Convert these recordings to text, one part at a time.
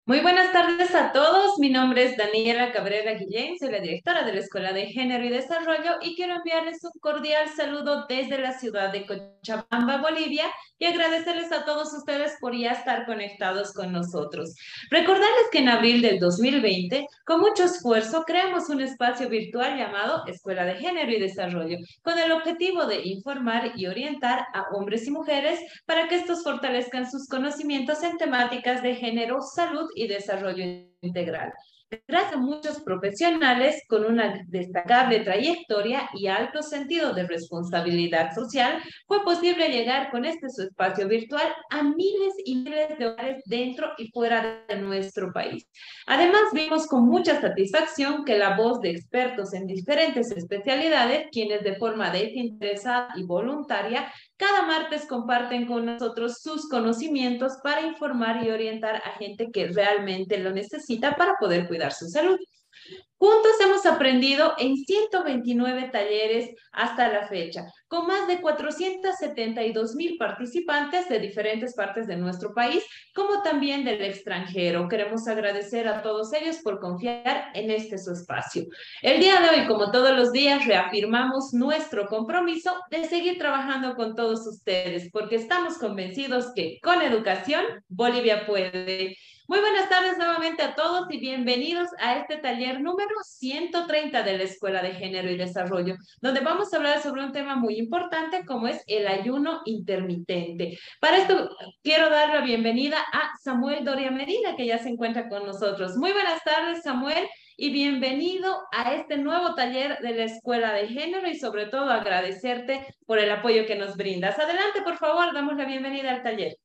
Muy buenas tardes a todos. Mi nombre es Daniela Cabrera Guillén, soy la directora de la Escuela de Género y Desarrollo y quiero enviarles un cordial saludo desde la ciudad de Cochabamba, Bolivia, y agradecerles a todos ustedes por ya estar conectados con nosotros. Recordarles que en abril del 2020, con mucho esfuerzo, creamos un espacio virtual llamado Escuela de Género y Desarrollo, con el objetivo de informar y orientar a hombres y mujeres para que estos fortalezcan sus conocimientos en temáticas de género, salud y desarrollo integral. Gracias a muchos profesionales con una destacable trayectoria y alto sentido de responsabilidad social, fue posible llegar con este su espacio virtual a miles y miles de hogares dentro y fuera de nuestro país. Además, vimos con mucha satisfacción que la voz de expertos en diferentes especialidades, quienes de forma desinteresada y voluntaria cada martes comparten con nosotros sus conocimientos para informar y orientar a gente que realmente lo necesita para poder cuidar su salud. Juntos hemos aprendido en 129 talleres hasta la fecha, con más de 472,000 participantes de diferentes partes de nuestro país, como también del extranjero. Queremos agradecer a todos ellos por confiar en este su espacio. El día de hoy, como todos los días, reafirmamos nuestro compromiso de seguir trabajando con todos ustedes, porque estamos convencidos que con educación Bolivia puede. Muy buenas tardes nuevamente a todos y bienvenidos a este taller número 130 de la Escuela de Género y Desarrollo, donde vamos a hablar sobre un tema muy importante como es el ayuno intermitente. Para esto quiero dar la bienvenida a Samuel Doria Medina, que ya se encuentra con nosotros. Muy buenas tardes, Samuel, y bienvenido a este nuevo taller de la Escuela de Género y sobre todo agradecerte por el apoyo que nos brindas. Adelante, por favor, damos la bienvenida al taller.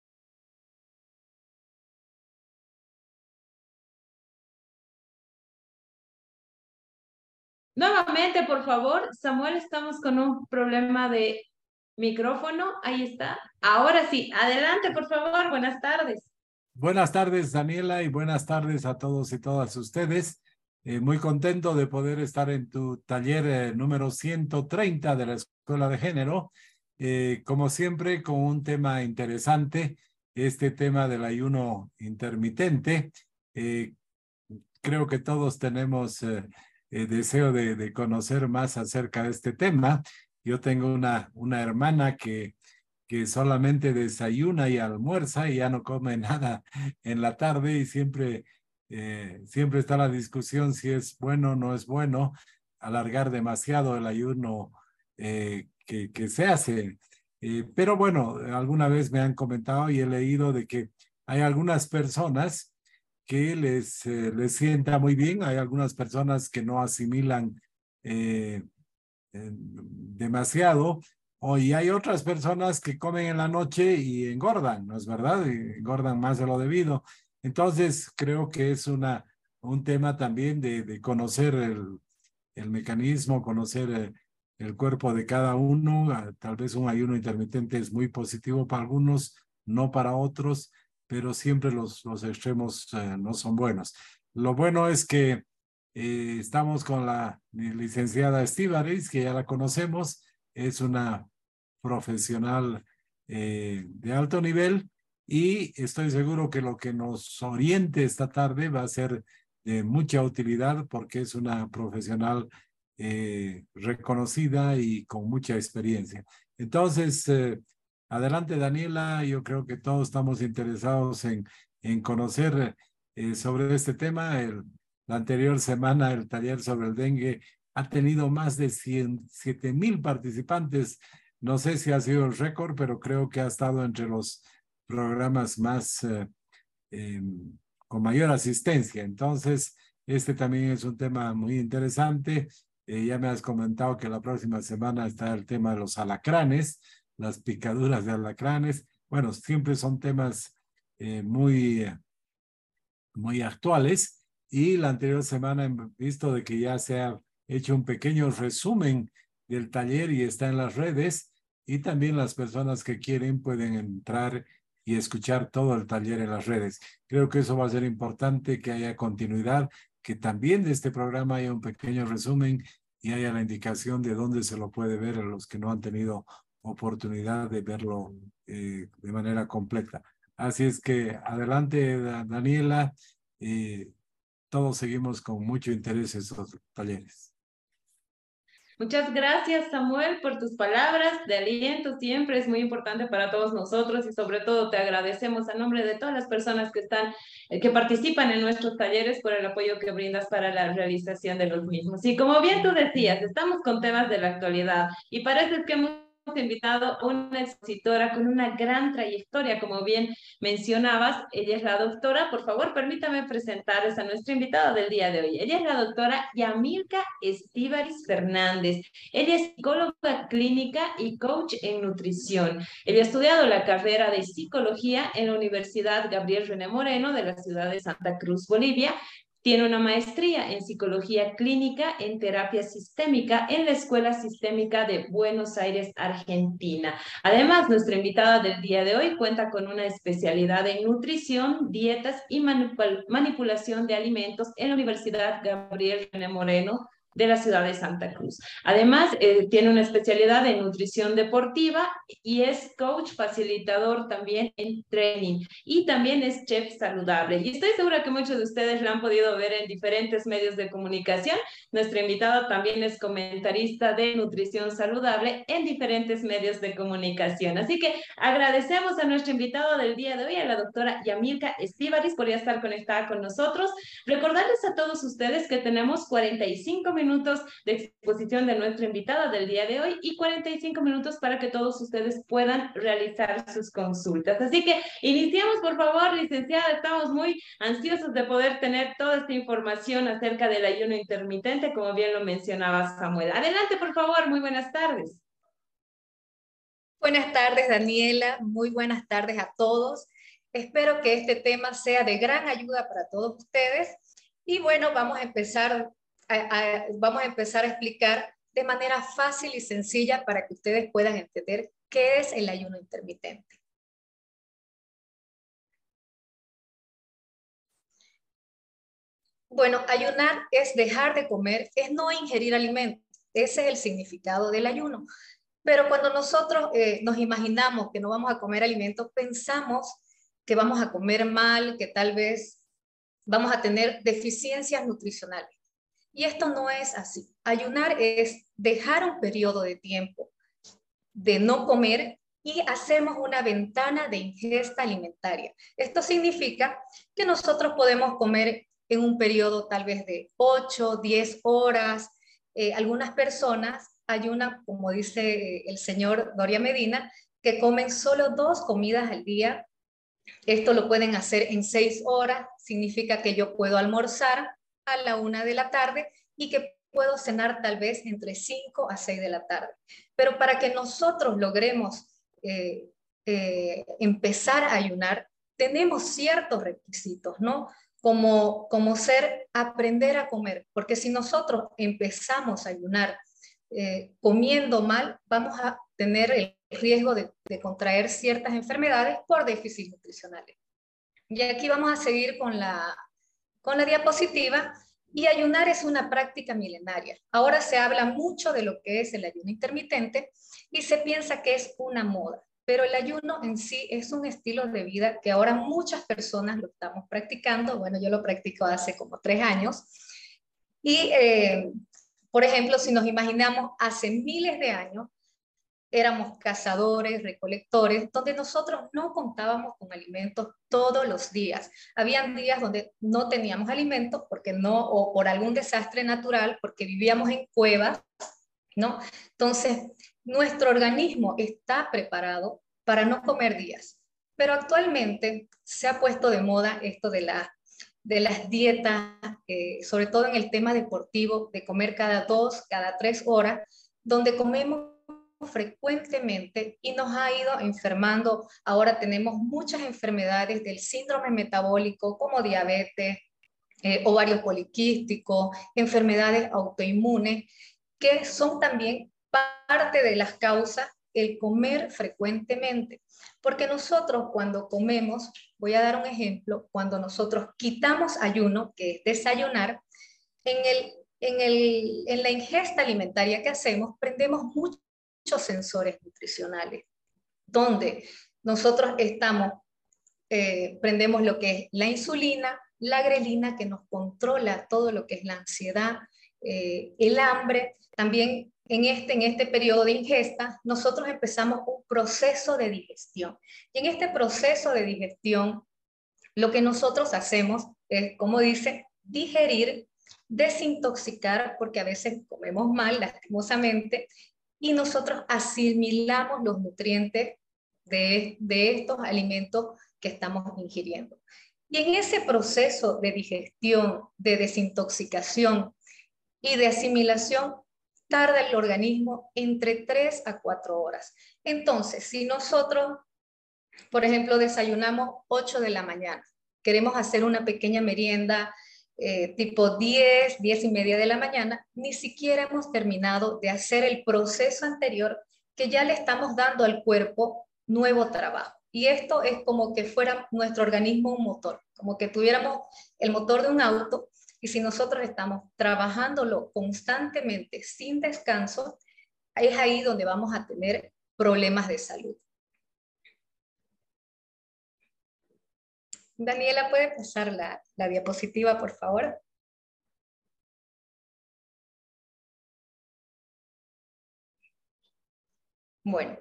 Nuevamente, por favor, Samuel, estamos con un problema de micrófono. Ahí está. Ahora sí, adelante, por favor. Buenas tardes. Buenas tardes, Daniela, y buenas tardes a todos y todas ustedes. Muy contento de poder estar en tu taller número 130 de la Escuela de Género. Como siempre, con un tema interesante, este tema del ayuno intermitente. Eh, Creo que todos tenemos deseo de conocer más acerca de este tema. Yo tengo una hermana que solamente desayuna y almuerza y ya no come nada en la tarde y siempre está la discusión si es bueno o no es bueno alargar demasiado el ayuno que se hace. Pero bueno, alguna vez me han comentado y he leído de que hay algunas personas que les sienta muy bien, hay algunas personas que no asimilan eh, demasiado. Y hay otras personas que comen en la noche y engordan, ¿no es verdad? Y engordan más de lo debido. Entonces, creo que es un tema también de conocer el mecanismo, conocer el cuerpo de cada uno. Tal vez un ayuno intermitente es muy positivo para algunos, no para otros, pero siempre los extremos no son buenos. Lo bueno es que estamos con la licenciada Estíbaliz, que ya la conocemos, es una profesional de alto nivel y estoy seguro que lo que nos oriente esta tarde va a ser de mucha utilidad porque es una profesional reconocida y con mucha experiencia. Entonces, adelante Daniela, yo creo que todos estamos interesados en conocer sobre este tema. La anterior semana el taller sobre el dengue ha tenido más de 107,000 participantes. No sé si ha sido el récord, pero creo que ha estado entre los programas más eh, con mayor asistencia. Entonces, este también es un tema muy interesante. Ya me has comentado que la próxima semana está el tema de los alacranes, las picaduras de alacranes. Bueno, siempre son temas muy actuales y la anterior semana hemos visto de que ya se ha hecho un pequeño resumen del taller y está en las redes y también las personas que quieren pueden entrar y escuchar todo el taller en las redes. Creo que eso va a ser importante, que haya continuidad, que también de este programa haya un pequeño resumen y haya la indicación de dónde se lo puede ver a los que no han tenido oportunidad de verlo de manera completa. Así es que adelante, Daniela. Todos seguimos con mucho interés estos talleres. Muchas gracias, Samuel, por tus palabras de aliento. Siempre es muy importante para todos nosotros y sobre todo te agradecemos a nombre de todas las personas que participan en nuestros talleres por el apoyo que brindas para la realización de los mismos. Y como bien tú decías, estamos con temas de la actualidad y parece que hemos invitado a una expositora con una gran trayectoria, como bien mencionabas. Ella es la doctora, por favor, permítame presentarles a nuestra invitada del día de hoy. Ella es la doctora Yamilka Estíbariz Fernández. Ella es psicóloga clínica y coach en nutrición. Ella ha estudiado la carrera de psicología en la Universidad Gabriel René Moreno de la ciudad de Santa Cruz, Bolivia. Tiene una maestría en psicología clínica en terapia sistémica en la Escuela Sistémica de Buenos Aires, Argentina. Además, nuestra invitada del día de hoy cuenta con una especialidad en nutrición, dietas y manipulación de alimentos en la Universidad Gabriel René Moreno de la ciudad de Santa Cruz. Además, tiene una especialidad en nutrición deportiva y es coach facilitador también en training y también es chef saludable. Y estoy segura que muchos de ustedes la han podido ver en diferentes medios de comunicación. Nuestra invitada también es comentarista de nutrición saludable en diferentes medios de comunicación. Así que agradecemos a nuestra invitada del día de hoy, a la doctora Yamilka Estíbariz, por estar conectada con nosotros. Recordarles a todos ustedes que tenemos 45 minutos de exposición de nuestra invitada del día de hoy y 45 minutos para que todos ustedes puedan realizar sus consultas. Así que iniciamos, por favor, licenciada. Estamos muy ansiosos de poder tener toda esta información acerca del ayuno intermitente, como bien lo mencionaba Samuel. Adelante, por favor. Muy buenas tardes. Buenas tardes, Daniela. Muy buenas tardes a todos. Espero que este tema sea de gran ayuda para todos ustedes. Y bueno, vamos a empezar a explicar de manera fácil y sencilla para que ustedes puedan entender qué es el ayuno intermitente. Bueno, ayunar es dejar de comer, es no ingerir alimentos. Ese es el significado del ayuno. Pero cuando nosotros nos imaginamos que no vamos a comer alimentos, pensamos que vamos a comer mal, que tal vez vamos a tener deficiencias nutricionales. Y esto no es así. Ayunar es dejar un periodo de tiempo de no comer y hacemos una ventana de ingesta alimentaria. Esto significa que nosotros podemos comer en un periodo tal vez de 8, 10 horas. Algunas personas ayunan, como dice el señor Doria Medina, que comen solo 2 comidas al día. Esto lo pueden hacer en 6 horas. Significa que yo puedo almorzar a la 1 de la tarde y que puedo cenar tal vez entre 5 a 6 de la tarde. Pero para que nosotros logremos empezar a ayunar, tenemos ciertos requisitos, ¿no? Como aprender a comer, porque si nosotros empezamos a ayunar comiendo mal, vamos a tener el riesgo de contraer ciertas enfermedades por déficits nutricionales. Y aquí vamos a seguir con la diapositiva. Y ayunar es una práctica milenaria. Ahora se habla mucho de lo que es el ayuno intermitente y se piensa que es una moda, pero el ayuno en sí es un estilo de vida que ahora muchas personas lo estamos practicando. Bueno, yo lo practico hace como 3 años. Y, por ejemplo, si nos imaginamos hace miles de años, éramos cazadores, recolectores, donde nosotros no contábamos con alimentos todos los días. Habían días donde no teníamos alimentos porque no, o por algún desastre natural, porque vivíamos en cuevas, ¿no? Entonces, nuestro organismo está preparado para no comer días. Pero actualmente se ha puesto de moda esto de las dietas, sobre todo en el tema deportivo, de comer cada 2, cada 3 horas, donde comemos frecuentemente y nos ha ido enfermando. Ahora tenemos muchas enfermedades del síndrome metabólico como diabetes, ovario poliquístico, enfermedades autoinmunes, que son también parte de las causas el comer frecuentemente. Porque nosotros cuando comemos, voy a dar un ejemplo, cuando nosotros quitamos ayuno, que es desayunar, en la ingesta alimentaria que hacemos, prendemos muchos sensores nutricionales, donde nosotros estamos prendemos lo que es la insulina, la grelina que nos controla todo lo que es la ansiedad, el hambre. También en este periodo de ingesta, nosotros empezamos un proceso de digestión. Y en este proceso de digestión, lo que nosotros hacemos es, como dice, digerir, desintoxicar, porque a veces comemos mal, lastimosamente, y nosotros asimilamos los nutrientes de estos alimentos que estamos ingiriendo. Y en ese proceso de digestión, de desintoxicación y de asimilación, tarda el organismo entre 3 a 4 horas. Entonces, si nosotros, por ejemplo, desayunamos 8 de la mañana, queremos hacer una pequeña merienda tipo 10 y media de la mañana, ni siquiera hemos terminado de hacer el proceso anterior que ya le estamos dando al cuerpo nuevo trabajo. Y esto es como que fuera nuestro organismo un motor, como que tuviéramos el motor de un auto, y si nosotros estamos trabajándolo constantemente sin descanso, es ahí donde vamos a tener problemas de salud. Daniela, ¿puede pasar la diapositiva, por favor? Bueno,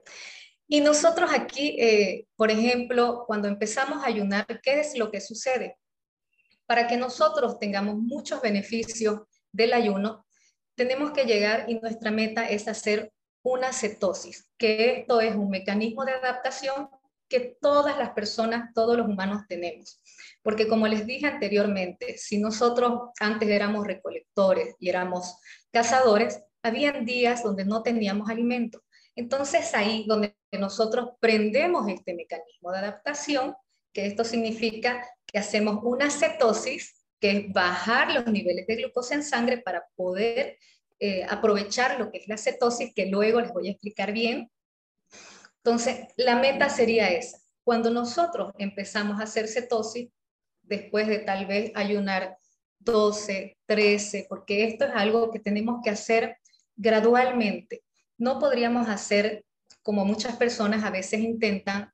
y nosotros aquí, por ejemplo, cuando empezamos a ayunar, ¿qué es lo que sucede? Para que nosotros tengamos muchos beneficios del ayuno, tenemos que llegar, y nuestra meta es hacer una cetosis, que esto es un mecanismo de adaptación que todas las personas, todos los humanos tenemos. Porque como les dije anteriormente, si nosotros antes éramos recolectores y éramos cazadores, habían días donde no teníamos alimento. Entonces ahí donde nosotros prendemos este mecanismo de adaptación, que esto significa que hacemos una cetosis, que es bajar los niveles de glucosa en sangre para poder aprovechar lo que es la cetosis, que luego les voy a explicar bien. Entonces, la meta sería esa. Cuando nosotros empezamos a hacer cetosis, después de tal vez ayunar 12, 13, porque esto es algo que tenemos que hacer gradualmente. No podríamos hacer, como muchas personas a veces intentan,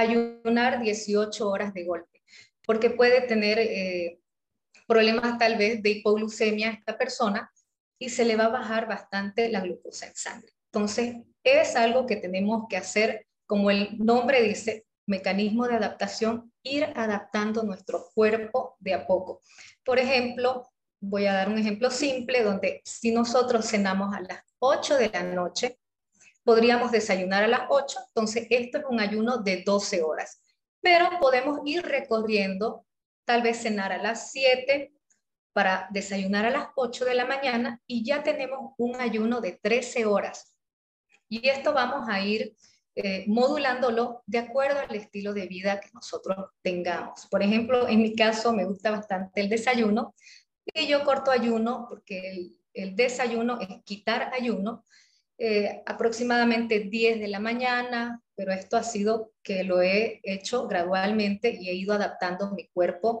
ayunar 18 horas de golpe, porque puede tener problemas tal vez de hipoglucemia a esta persona y se le va a bajar bastante la glucosa en sangre. Entonces, es algo que tenemos que hacer, como el nombre dice, mecanismo de adaptación, ir adaptando nuestro cuerpo de a poco. Por ejemplo, voy a dar un ejemplo simple, donde si nosotros cenamos a las 8 de la noche, podríamos desayunar a las 8, entonces esto es un ayuno de 12 horas. Pero podemos ir recorriendo, tal vez cenar a las 7, para desayunar a las 8 de la mañana, y ya tenemos un ayuno de 13 horas. Y esto vamos a ir modulándolo de acuerdo al estilo de vida que nosotros tengamos. Por ejemplo, en mi caso me gusta bastante el desayuno, y yo corto ayuno porque el desayuno es quitar ayuno, aproximadamente 10 de la mañana, pero esto ha sido que lo he hecho gradualmente y he ido adaptando mi cuerpo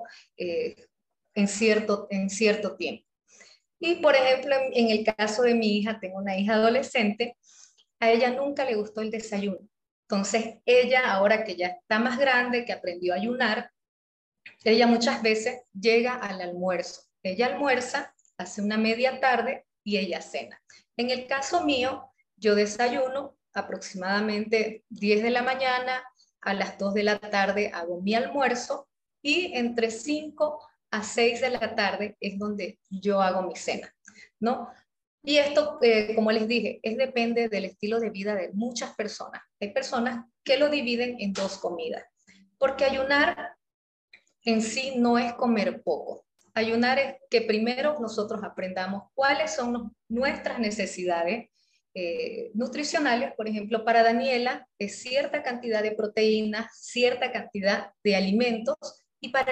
en cierto tiempo. Y por ejemplo, en el caso de mi hija, tengo una hija adolescente, a ella nunca le gustó el desayuno. Entonces, ella, ahora que ya está más grande, que aprendió a ayunar, ella muchas veces llega al almuerzo. Ella almuerza, hace una media tarde y ella cena. En el caso mío, yo desayuno aproximadamente 10 de la mañana, a las 2 de la tarde hago mi almuerzo, y entre 5 a 6 de la tarde es donde yo hago mi cena, ¿no? Y esto, como les dije, depende del estilo de vida de muchas personas. Hay personas que lo dividen en 2 comidas, porque ayunar en sí no es comer poco. Ayunar es que primero nosotros aprendamos cuáles son nuestras necesidades nutricionales. Por ejemplo, para Daniela es cierta cantidad de proteínas, cierta cantidad de alimentos, y para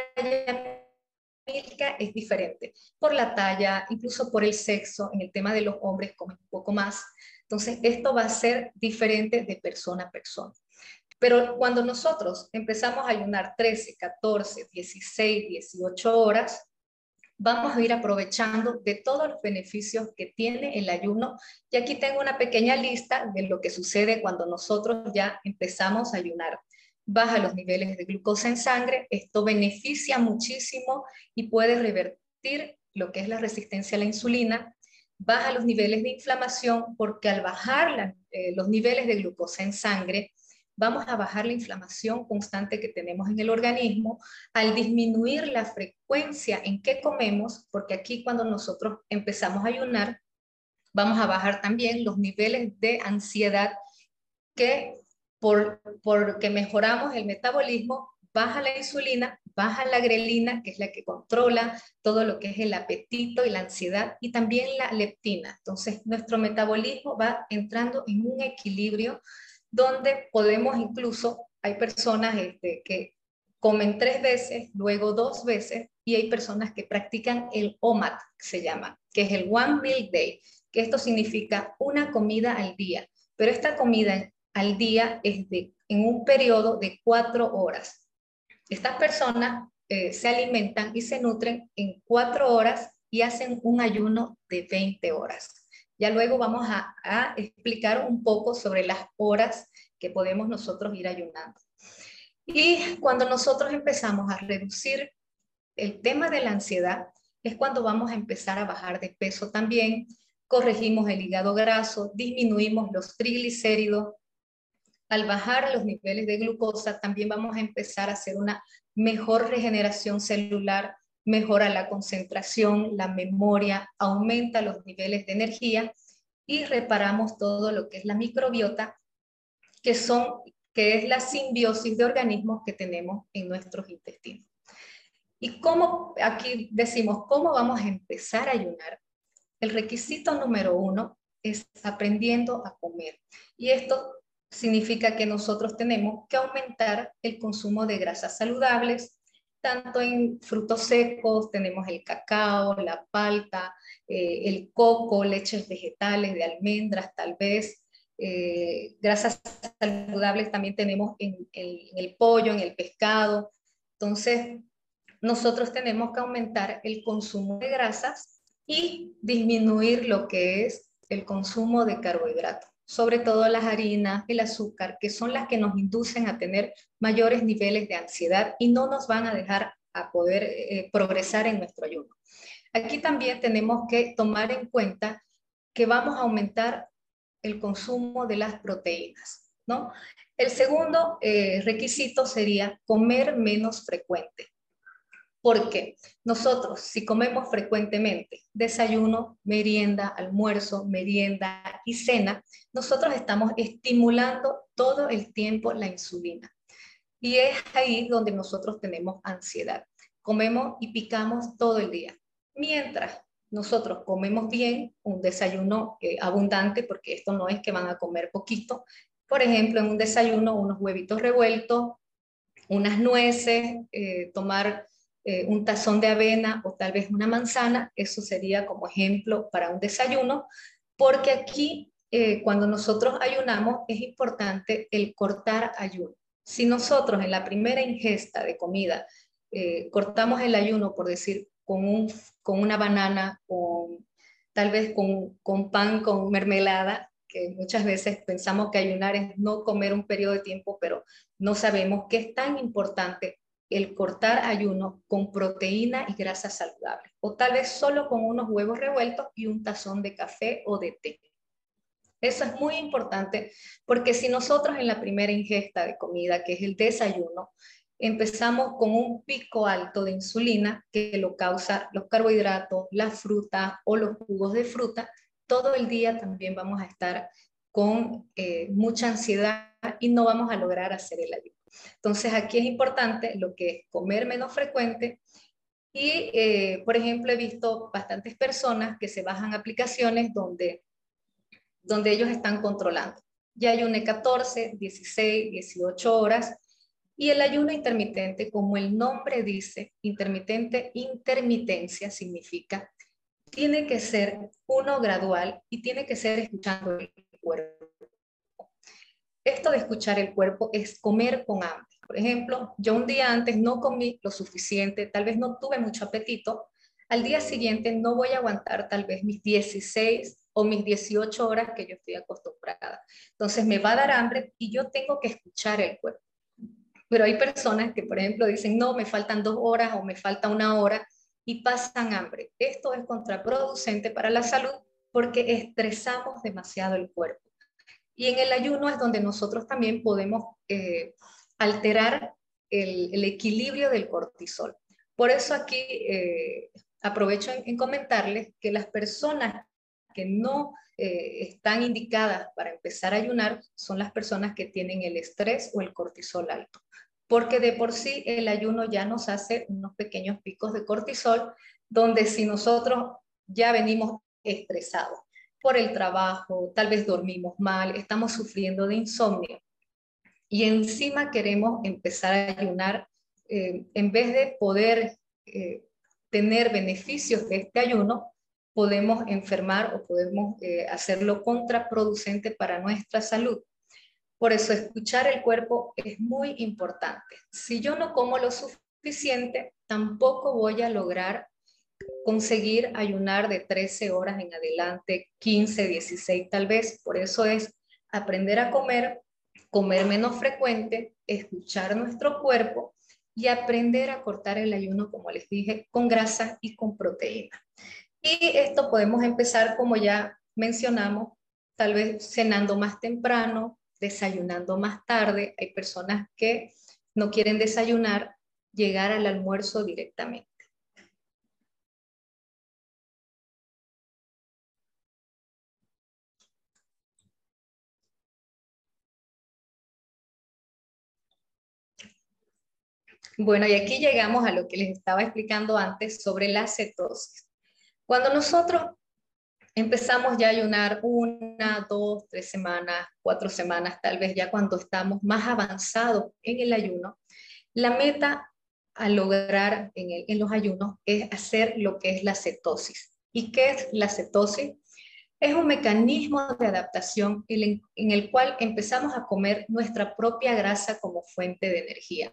Milka es diferente, por la talla, incluso por el sexo. En el tema de los hombres comen un poco más. Entonces, esto va a ser diferente de persona a persona. Pero cuando nosotros empezamos a ayunar 13, 14, 16, 18 horas, vamos a ir aprovechando de todos los beneficios que tiene el ayuno. Y aquí tengo una pequeña lista de lo que sucede cuando nosotros ya empezamos a ayunar. baja los niveles de glucosa en sangre. Esto beneficia muchísimo y puede revertir lo que es la resistencia a la insulina. Baja los niveles de inflamación, porque al bajar los niveles de glucosa en sangre, vamos a bajar la inflamación constante que tenemos en el organismo. Al disminuir la frecuencia en que comemos, porque aquí cuando nosotros empezamos a ayunar, vamos a bajar también los niveles de ansiedad, que porque mejoramos el metabolismo, baja la insulina, baja la grelina, que es la que controla todo lo que es el apetito y la ansiedad, y también la leptina. Entonces, nuestro metabolismo va entrando en un equilibrio donde podemos incluso, hay personas que comen 3 veces, luego 2 veces, y hay personas que practican el OMAD, que se llama, que es el One Meal Day, que esto significa una comida al día, pero esta comida al día es en un periodo de 4 horas. Estas personas se alimentan y se nutren en 4 horas y hacen un ayuno de 20 horas. Ya luego vamos a explicar un poco sobre las horas que podemos nosotros ir ayunando. Y cuando nosotros empezamos a reducir el tema de la ansiedad, es cuando vamos a empezar a bajar de peso también, corregimos el hígado graso, disminuimos los triglicéridos. Al bajar los niveles de glucosa, también vamos a empezar a hacer una mejor regeneración celular, mejora la concentración, la memoria, aumenta los niveles de energía y reparamos todo lo que es la microbiota, que es la simbiosis de organismos que tenemos en nuestros intestinos. Y cómo, aquí decimos, ¿cómo vamos a empezar a ayunar? El requisito número 1 es aprendiendo a comer. Y esto significa que nosotros tenemos que aumentar el consumo de grasas saludables, tanto en frutos secos, tenemos el cacao, la palta, el coco, leches vegetales de almendras tal vez. Grasas saludables también tenemos en el pollo, en el pescado. Entonces, nosotros tenemos que aumentar el consumo de grasas y disminuir lo que es el consumo de carbohidratos, sobre todo las harinas, el azúcar, que son las que nos inducen a tener mayores niveles de ansiedad y no nos van a dejar a poder progresar en nuestro ayuno. Aquí también tenemos que tomar en cuenta que vamos a aumentar el consumo de las proteínas, ¿no? El segundo requisito sería comer menos frecuente. Porque nosotros, si comemos frecuentemente desayuno, merienda, almuerzo, merienda y cena, nosotros estamos estimulando todo el tiempo la insulina. Y es ahí donde nosotros tenemos ansiedad. Comemos y picamos todo el día. Mientras nosotros comemos bien, un desayuno abundante, porque esto no es que van a comer poquito. Por ejemplo, en un desayuno, unos huevitos revueltos, unas nueces, tomar un tazón de avena o tal vez una manzana. Eso sería como ejemplo para un desayuno, porque aquí cuando nosotros ayunamos es importante el cortar ayuno. Si nosotros en la primera ingesta de comida cortamos el ayuno, por decir, con una banana, tal vez con pan, con mermelada, que muchas veces pensamos que ayunar es no comer un periodo de tiempo, pero no sabemos que es tan importante el cortar ayuno con proteína y grasa saludable, o tal vez solo con unos huevos revueltos y un tazón de café o de té. Eso es muy importante, porque si nosotros en la primera ingesta de comida, que es el desayuno, empezamos con un pico alto de insulina que lo causa los carbohidratos, la fruta o los jugos de fruta, todo el día también vamos a estar con mucha ansiedad y no vamos a lograr hacer el ayuno. Entonces aquí es importante lo que es comer menos frecuente y, por ejemplo, he visto bastantes personas que se bajan aplicaciones donde ellos están controlando. Ya ayuné 14, 16, 18 horas y el ayuno intermitente, como el nombre dice, intermitencia significa, tiene que ser uno gradual y tiene que ser escuchando el cuerpo. Esto de escuchar el cuerpo es comer con hambre. Por ejemplo, yo un día antes no comí lo suficiente, tal vez no tuve mucho apetito, al día siguiente no voy a aguantar tal vez mis 16 o mis 18 horas que yo estoy acostumbrada. Entonces me va a dar hambre y yo tengo que escuchar el cuerpo. Pero hay personas que, por ejemplo, dicen, no, me faltan 2 horas o me falta 1 hora y pasan hambre. Esto es contraproducente para la salud porque estresamos demasiado el cuerpo. Y en el ayuno es donde nosotros también podemos alterar el equilibrio del cortisol. Por eso aquí aprovecho en comentarles que las personas que no están indicadas para empezar a ayunar son las personas que tienen el estrés o el cortisol alto, porque de por sí el ayuno ya nos hace unos pequeños picos de cortisol, donde si nosotros ya venimos estresados por el trabajo, tal vez dormimos mal, estamos sufriendo de insomnio, y encima queremos empezar a ayunar, en vez de poder tener beneficios de este ayuno, podemos enfermar o podemos hacerlo contraproducente para nuestra salud. Por eso escuchar el cuerpo es muy importante. Si yo no como lo suficiente, tampoco voy a lograr conseguir ayunar de 13 horas en adelante, 15, 16 tal vez. Por eso es aprender a comer, comer menos frecuente, escuchar nuestro cuerpo y aprender a cortar el ayuno, como les dije, con grasa y con proteína. Y esto podemos empezar, como ya mencionamos, tal vez cenando más temprano, desayunando más tarde. Hay personas que no quieren desayunar, llegar al almuerzo directamente. Bueno, y aquí llegamos a lo que les estaba explicando antes sobre la cetosis. Cuando nosotros empezamos ya a ayunar 1, 2, 3 semanas, 4 semanas, tal vez ya cuando estamos más avanzados en el ayuno, la meta a lograr en los ayunos es hacer lo que es la cetosis. ¿Y qué es la cetosis? Es un mecanismo de adaptación en el cual empezamos a comer nuestra propia grasa como fuente de energía.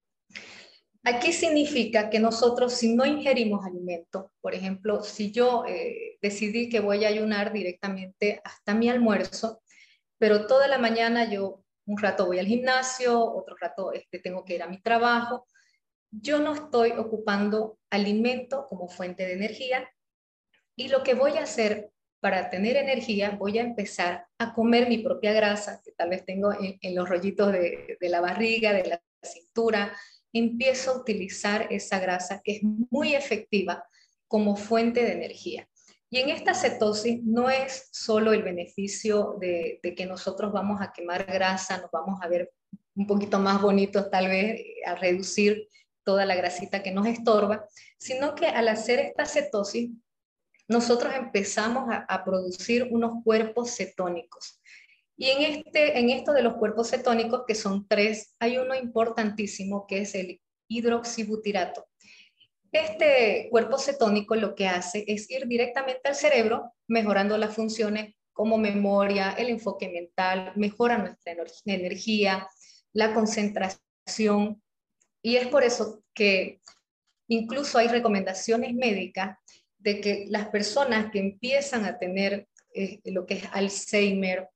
Aquí significa que nosotros, si no ingerimos alimentos, por ejemplo, si yo decidí que voy a ayunar directamente hasta mi almuerzo, pero toda la mañana yo un rato voy al gimnasio, otro rato tengo que ir a mi trabajo, yo no estoy ocupando alimento como fuente de energía, y lo que voy a hacer para tener energía, voy a empezar a comer mi propia grasa, que tal vez tengo en los rollitos de la barriga, de la cintura. Empiezo a utilizar esa grasa que es muy efectiva como fuente de energía. Y en esta cetosis no es solo el beneficio de que nosotros vamos a quemar grasa, nos vamos a ver un poquito más bonitos tal vez, a reducir toda la grasita que nos estorba, sino que al hacer esta cetosis, nosotros empezamos a producir unos cuerpos cetónicos. Y en esto de los cuerpos cetónicos, que son 3, hay uno importantísimo que es el hidroxibutirato. Este cuerpo cetónico lo que hace es ir directamente al cerebro, mejorando las funciones como memoria, el enfoque mental, mejora nuestra energía, la concentración. Y es por eso que incluso hay recomendaciones médicas de que las personas que empiezan a tener lo que es Alzheimer,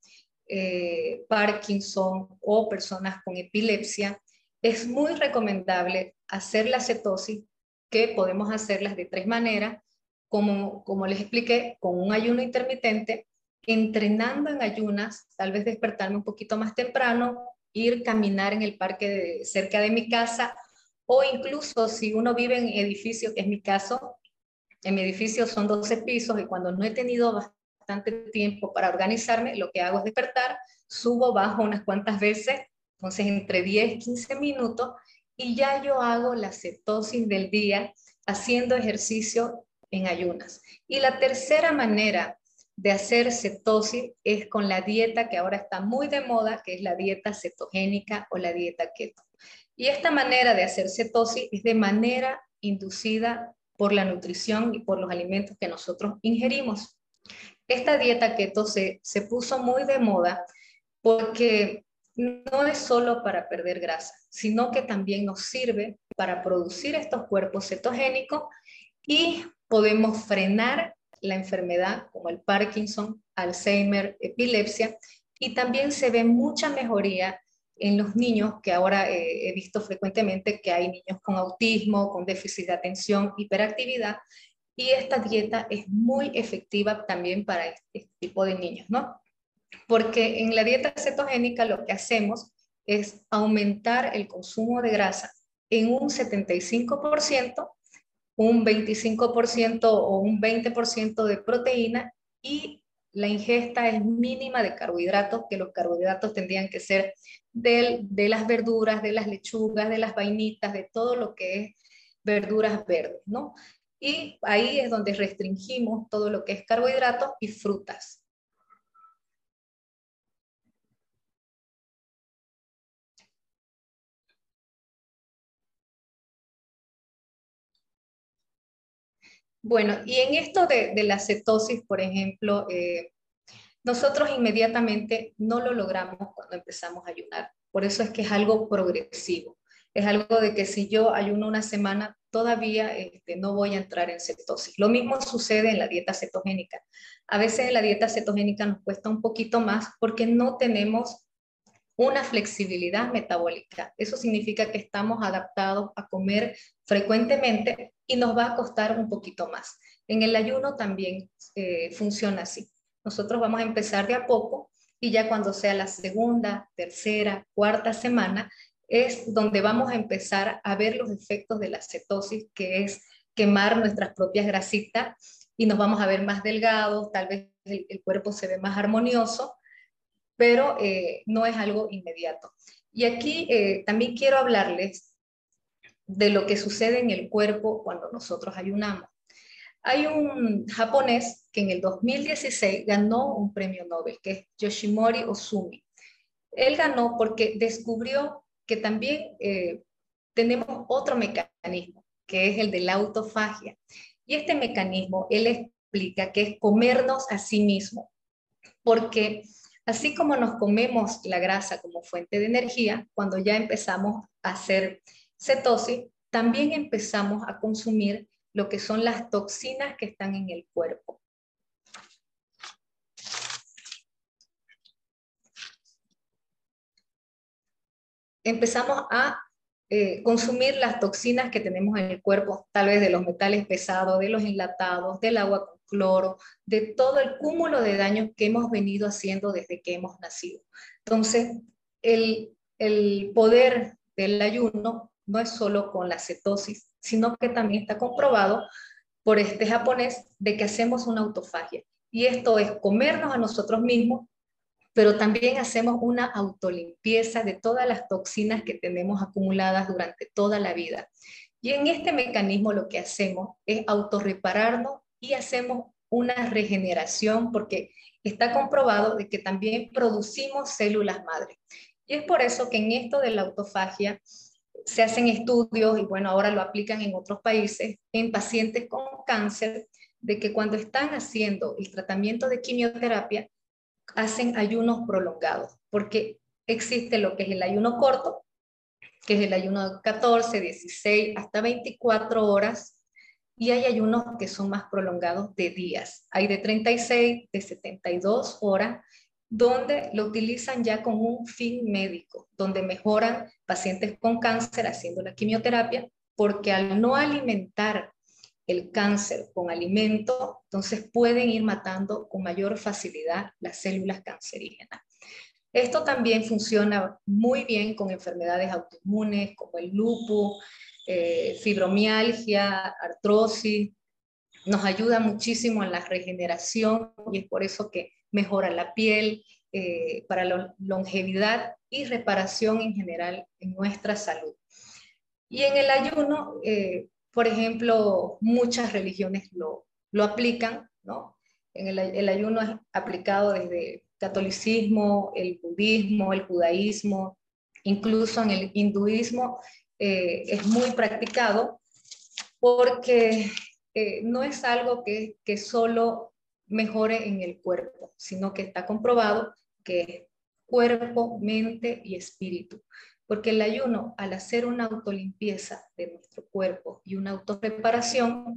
Parkinson o personas con epilepsia, es muy recomendable hacer la cetosis, que podemos hacerlas de 3 maneras, como les expliqué, con un ayuno intermitente, entrenando en ayunas, tal vez despertarme un poquito más temprano, ir a caminar en el parque cerca de mi casa, o incluso si uno vive en edificio, que es mi caso, en mi edificio son 12 pisos y cuando no he tenido bastante tiempo para organizarme, lo que hago es despertar, subo, bajo unas cuantas veces, entonces entre 10 y 15 minutos, y ya yo hago la cetosis del día haciendo ejercicio en ayunas. Y la tercera manera de hacer cetosis es con la dieta que ahora está muy de moda, que es la dieta cetogénica o la dieta keto. Y esta manera de hacer cetosis es de manera inducida por la nutrición y por los alimentos que nosotros ingerimos. Esta dieta keto se puso muy de moda porque no es solo para perder grasa, sino que también nos sirve para producir estos cuerpos cetogénicos y podemos frenar la enfermedad como el Parkinson, Alzheimer, epilepsia, y también se ve mucha mejoría en los niños, que ahora he visto frecuentemente que hay niños con autismo, con déficit de atención, hiperactividad, y esta dieta es muy efectiva también para este tipo de niños, ¿no? Porque en la dieta cetogénica lo que hacemos es aumentar el consumo de grasa en un 75%, un 25% o un 20% de proteína, y la ingesta es mínima de carbohidratos, que los carbohidratos tendrían que ser de las verduras, de las lechugas, de las vainitas, de todo lo que es verduras verdes, ¿no? Y ahí es donde restringimos todo lo que es carbohidratos y frutas. Bueno, y en esto de la cetosis, por ejemplo, nosotros inmediatamente no lo logramos cuando empezamos a ayunar. Por eso es que es algo progresivo. Es algo de que si yo ayuno una semana, todavía no voy a entrar en cetosis. Lo mismo sucede en la dieta cetogénica. A veces en la dieta cetogénica nos cuesta un poquito más porque no tenemos una flexibilidad metabólica. Eso significa que estamos adaptados a comer frecuentemente y nos va a costar un poquito más. En el ayuno también funciona así. Nosotros vamos a empezar de a poco y ya cuando sea la segunda, tercera, cuarta semana es donde vamos a empezar a ver los efectos de la cetosis, que es quemar nuestras propias grasitas, y nos vamos a ver más delgados, tal vez el cuerpo se ve más armonioso, pero no es algo inmediato. Y aquí también quiero hablarles de lo que sucede en el cuerpo cuando nosotros ayunamos. Hay un japonés que en el 2016 ganó un premio Nobel, que es Yoshinori Ohsumi. Él ganó porque descubrió que también tenemos otro mecanismo, que es el de la autofagia. Y este mecanismo, él explica que es comernos a sí mismo, porque así como nos comemos la grasa como fuente de energía, cuando ya empezamos a hacer cetosis, también empezamos a consumir lo que son las toxinas que están en el cuerpo. Empezamos a consumir las toxinas que tenemos en el cuerpo, tal vez de los metales pesados, de los enlatados, del agua con cloro, de todo el cúmulo de daños que hemos venido haciendo desde que hemos nacido. Entonces, el poder del ayuno no es solo con la cetosis, sino que también está comprobado por este japonés de que hacemos una autofagia. Y esto es comernos a nosotros mismos, pero también hacemos una autolimpieza de todas las toxinas que tenemos acumuladas durante toda la vida. Y en este mecanismo lo que hacemos es autorrepararnos y hacemos una regeneración, porque está comprobado de que también producimos células madre. Y es por eso que en esto de la autofagia se hacen estudios, y bueno, ahora lo aplican en otros países, en pacientes con cáncer, de que cuando están haciendo el tratamiento de quimioterapia, hacen ayunos prolongados, porque existe lo que es el ayuno corto, que es el ayuno de 14, 16, hasta 24 horas, y hay ayunos que son más prolongados de días. Hay de 36, de 72 horas, donde lo utilizan ya con un fin médico, donde mejoran pacientes con cáncer haciendo la quimioterapia, porque al no alimentar el cáncer con alimento, entonces pueden ir matando con mayor facilidad las células cancerígenas. Esto también funciona muy bien con enfermedades autoinmunes como el lupus, fibromialgia, artrosis. Nos ayuda muchísimo en la regeneración y es por eso que mejora la piel, para la longevidad y reparación en general en nuestra salud. Y en el ayuno, por ejemplo, muchas religiones lo aplican, ¿no? El ayuno es aplicado desde el catolicismo, el budismo, el judaísmo, incluso en el hinduismo es muy practicado, porque no es algo que solo mejore en el cuerpo, sino que está comprobado que es cuerpo, mente y espíritu. Porque el ayuno, al hacer una autolimpieza de nuestro cuerpo y una autorreparación,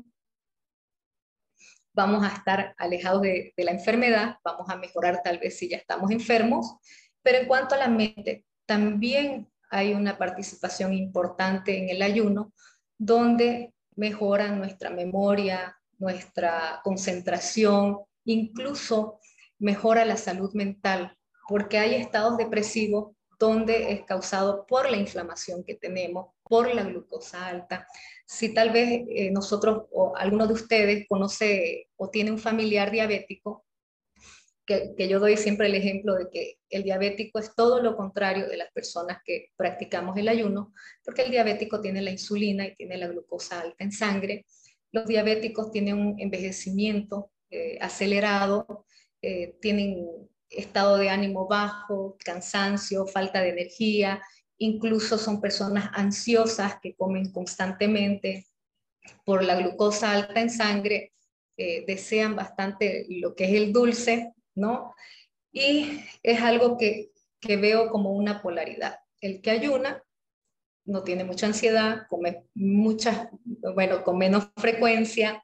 vamos a estar alejados de la enfermedad, vamos a mejorar tal vez si ya estamos enfermos, pero en cuanto a la mente, también hay una participación importante en el ayuno, donde mejora nuestra memoria, nuestra concentración, incluso mejora la salud mental, porque hay estados depresivos donde es causado por la inflamación que tenemos, por la glucosa alta. Si tal vez nosotros o alguno de ustedes conoce o tiene un familiar diabético, que yo doy siempre el ejemplo de que el diabético es todo lo contrario de las personas que practicamos el ayuno, porque el diabético tiene la insulina y tiene la glucosa alta en sangre. Los diabéticos tienen un envejecimiento acelerado, tienen estado de ánimo bajo, cansancio, falta de energía, incluso son personas ansiosas que comen constantemente por la glucosa alta en sangre, desean bastante lo que es el dulce, ¿no? Y es algo que veo como una polaridad. El que ayuna no tiene mucha ansiedad, come bueno, con menos frecuencia,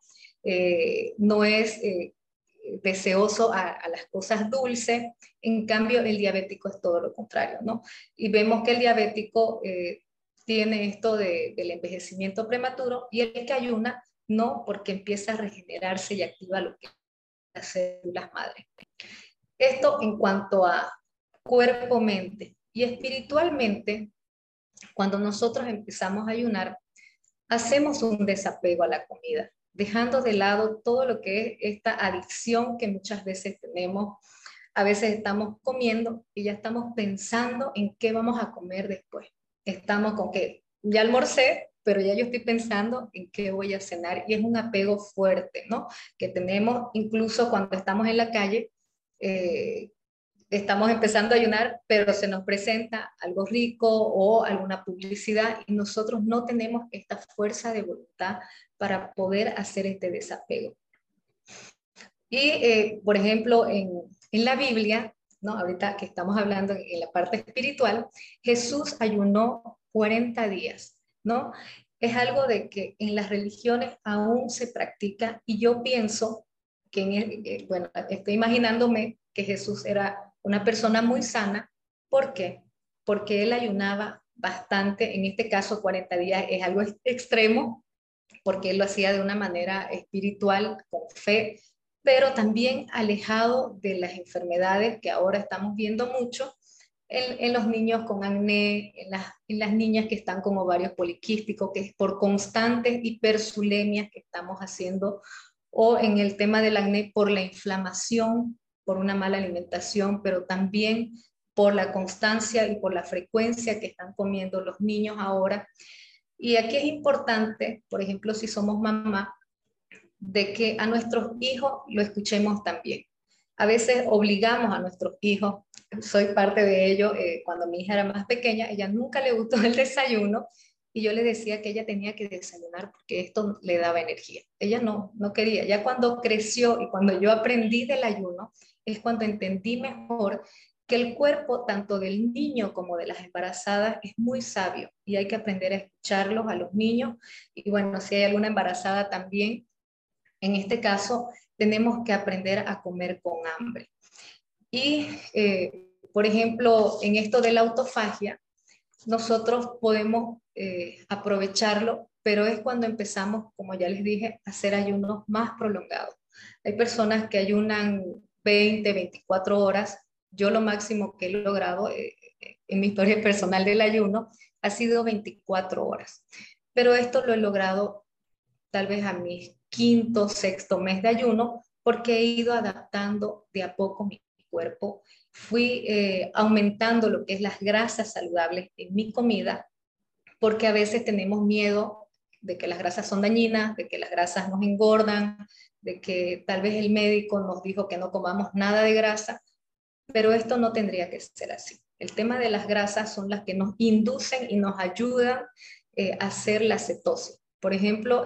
no es deseoso a las cosas dulces. En cambio, el diabético es todo lo contrario, ¿no? Y vemos que el diabético tiene esto del envejecimiento prematuro, y el que ayuna no, porque empieza a regenerarse y activa lo que es las células madre. Esto en cuanto a cuerpo, mente. Y espiritualmente, cuando nosotros empezamos a ayunar, hacemos un desapego a la comida, dejando de lado todo lo que es esta adicción que muchas veces tenemos. A veces estamos comiendo y ya estamos pensando en qué vamos a comer después. Estamos con que ya almorcé, pero ya yo estoy pensando en qué voy a cenar, y es un apego fuerte, ¿no? Que tenemos incluso cuando estamos en la calle, estamos empezando a ayunar, pero se nos presenta algo rico o alguna publicidad y nosotros no tenemos esta fuerza de voluntad para poder hacer este desapego. Y, por ejemplo, en la Biblia, ¿no? Ahorita que estamos hablando en la parte espiritual, Jesús ayunó 40 días, ¿no? Es algo de que en las religiones aún se practica, y yo pienso que, bueno, estoy imaginándome que Jesús era una persona muy sana. ¿Por qué? Porque él ayunaba bastante, en este caso 40 días es algo extremo, porque él lo hacía de una manera espiritual, con fe, pero también alejado de las enfermedades que ahora estamos viendo mucho en los niños con acné, en las niñas que están con ovarios poliquísticos, que es por constantes hipersulemias que estamos haciendo, o en el tema del acné por la inflamación, por una mala alimentación, pero también por la constancia y por la frecuencia que están comiendo los niños ahora. Y aquí es importante, por ejemplo, si somos mamá, de que a nuestros hijos lo escuchemos también. A veces obligamos a nuestros hijos, soy parte de ello, cuando mi hija era más pequeña, ella nunca le gustó el desayuno, y yo le decía que ella tenía que desayunar porque esto le daba energía. Ella no quería. Ya cuando creció y cuando yo aprendí del ayuno, es cuando entendí mejor que el cuerpo, tanto del niño como de las embarazadas, es muy sabio, y hay que aprender a escucharlos a los niños. Y bueno, si hay alguna embarazada también, en este caso, tenemos que aprender a comer con hambre. Y, por ejemplo, en esto de la autofagia, nosotros podemos aprovecharlo, pero es cuando empezamos, como ya les dije, a hacer ayunos más prolongados. Hay personas que ayunan 20, 24 horas. Yo lo máximo que he logrado en mi historia personal del ayuno ha sido 24 horas. Pero esto lo he logrado tal vez a mi quinto, sexto mes de ayuno, porque he ido adaptando de a poco mi cuerpo. Fui aumentando lo que es las grasas saludables en mi comida, porque a veces tenemos miedo de que las grasas son dañinas, de que las grasas nos engordan, de que tal vez el médico nos dijo que no comamos nada de grasa, pero esto no tendría que ser así. El tema de las grasas son las que nos inducen y nos ayudan a hacer la cetosis. Por ejemplo,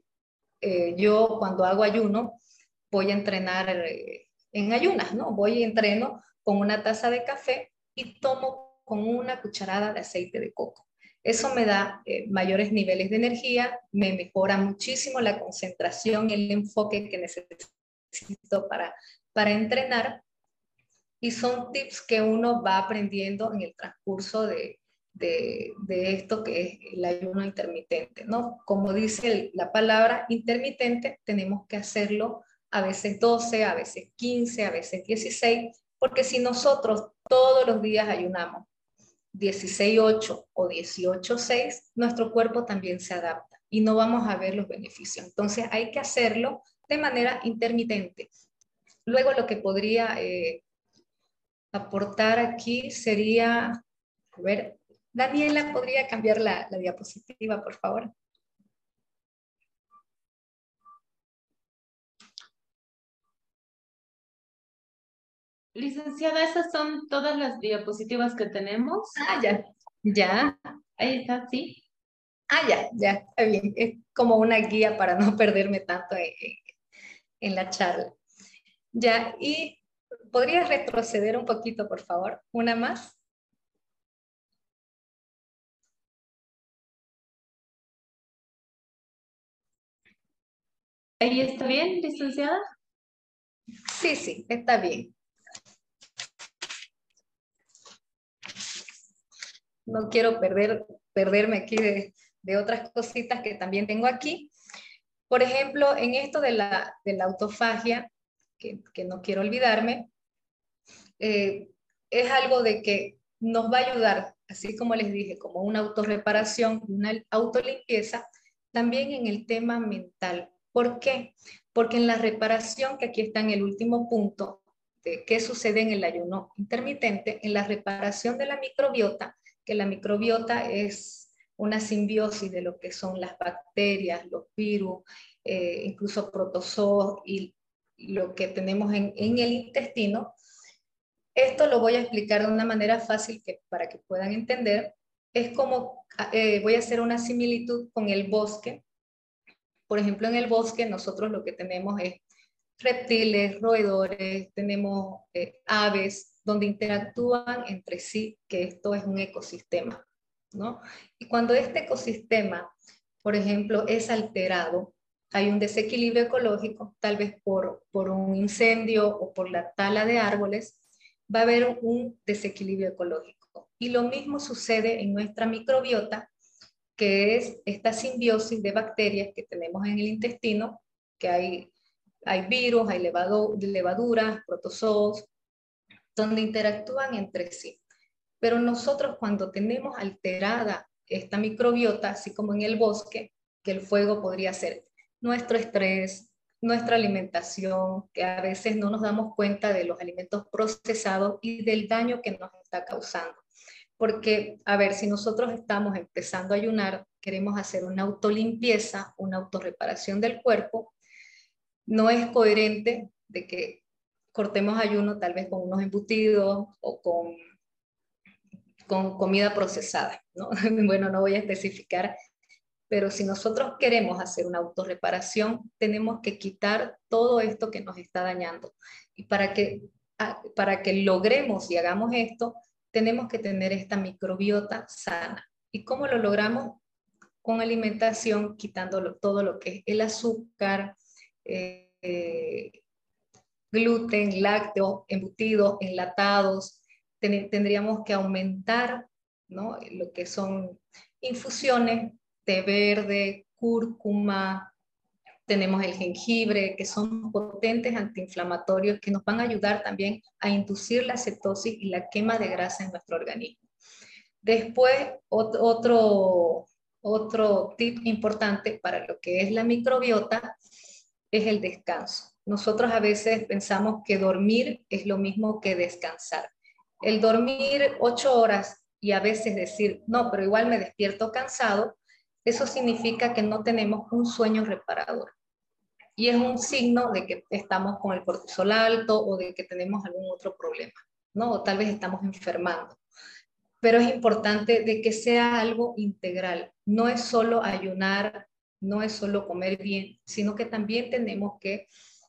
yo cuando hago ayuno voy a entrenar en ayunas, ¿no? Voy y entreno con una taza de café y tomo con una cucharada de aceite de coco. Eso me da mayores niveles de energía, me mejora muchísimo la concentración y el enfoque que necesito para entrenar. y son tips que uno va aprendiendo en el transcurso de esto que es el ayuno intermitente, ¿no? Como dice la palabra intermitente, tenemos que hacerlo a veces 12, a veces 15, a veces 16, porque si nosotros todos los días ayunamos 16-8 o 18-6, nuestro cuerpo también se adapta y no vamos a ver los beneficios. Entonces hay que hacerlo de manera intermitente. Luego lo que podría aportar aquí sería, a ver, Daniela, ¿podría cambiar la diapositiva, por favor? Licenciada, esas son todas las diapositivas que tenemos. Ah, ya, ya. Ahí está, sí. Ah, ya, está bien. Es como una guía para no perderme tanto en la charla. Ya, y ¿podrías retroceder un poquito, por favor? Una más. Ahí está bien, licenciada. Sí, está bien. No quiero perderme aquí de otras cositas que también tengo aquí. Por ejemplo, en esto de la autofagia, que no quiero olvidarme, es algo de que nos va a ayudar, así como les dije, como una autorreparación, una autolimpieza, también en el tema mental. ¿Por qué? Porque en la reparación, que aquí está en el último punto, de qué sucede en el ayuno intermitente, en la reparación de la microbiota, que la microbiota es una simbiosis de lo que son las bacterias, los virus, incluso protozoos y lo que tenemos en el intestino. Esto lo voy a explicar de una manera fácil para que puedan entender. Es como, voy a hacer una similitud con el bosque. Por ejemplo, en el bosque nosotros lo que tenemos es reptiles, roedores, tenemos aves, donde interactúan entre sí, que esto es un ecosistema, ¿no? Y cuando este ecosistema, por ejemplo, es alterado, hay un desequilibrio ecológico, tal vez por un incendio o por la tala de árboles, va a haber un desequilibrio ecológico. Y lo mismo sucede en nuestra microbiota, que es esta simbiosis de bacterias que tenemos en el intestino, que hay virus, hay levaduras, protozoos, donde interactúan entre sí. Pero nosotros cuando tenemos alterada esta microbiota, así como en el bosque, que el fuego podría ser nuestro estrés, nuestra alimentación, que a veces no nos damos cuenta de los alimentos procesados y del daño que nos está causando. Porque, a ver, si nosotros estamos empezando a ayunar, queremos hacer una autolimpieza, una autorreparación del cuerpo, no es coherente de que cortemos ayuno tal vez con unos embutidos o con comida procesada, ¿no? Bueno, no voy a especificar, pero si nosotros queremos hacer una autorreparación, tenemos que quitar todo esto que nos está dañando. Y para que logremos y hagamos esto, tenemos que tener esta microbiota sana. ¿Y cómo lo logramos? Con alimentación, quitándolo todo lo que es el azúcar, gluten, lácteos, embutidos, enlatados. Tendríamos que aumentar, ¿no?, lo que son infusiones, té verde, cúrcuma, tenemos el jengibre, que son potentes antiinflamatorios que nos van a ayudar también a inducir la cetosis y la quema de grasa en nuestro organismo. Después, otro tip importante para lo que es la microbiota es el descanso. Nosotros a veces pensamos que dormir es lo mismo que descansar. El dormir 8 horas y a veces decir, no, pero igual me despierto cansado, eso significa que no tenemos un sueño reparador. Y es un signo de que estamos con el cortisol alto o de que tenemos algún otro problema, ¿no? O tal vez estamos enfermando. Pero es importante de que sea algo integral. No es solo ayunar, no es solo comer bien, sino que también tenemos que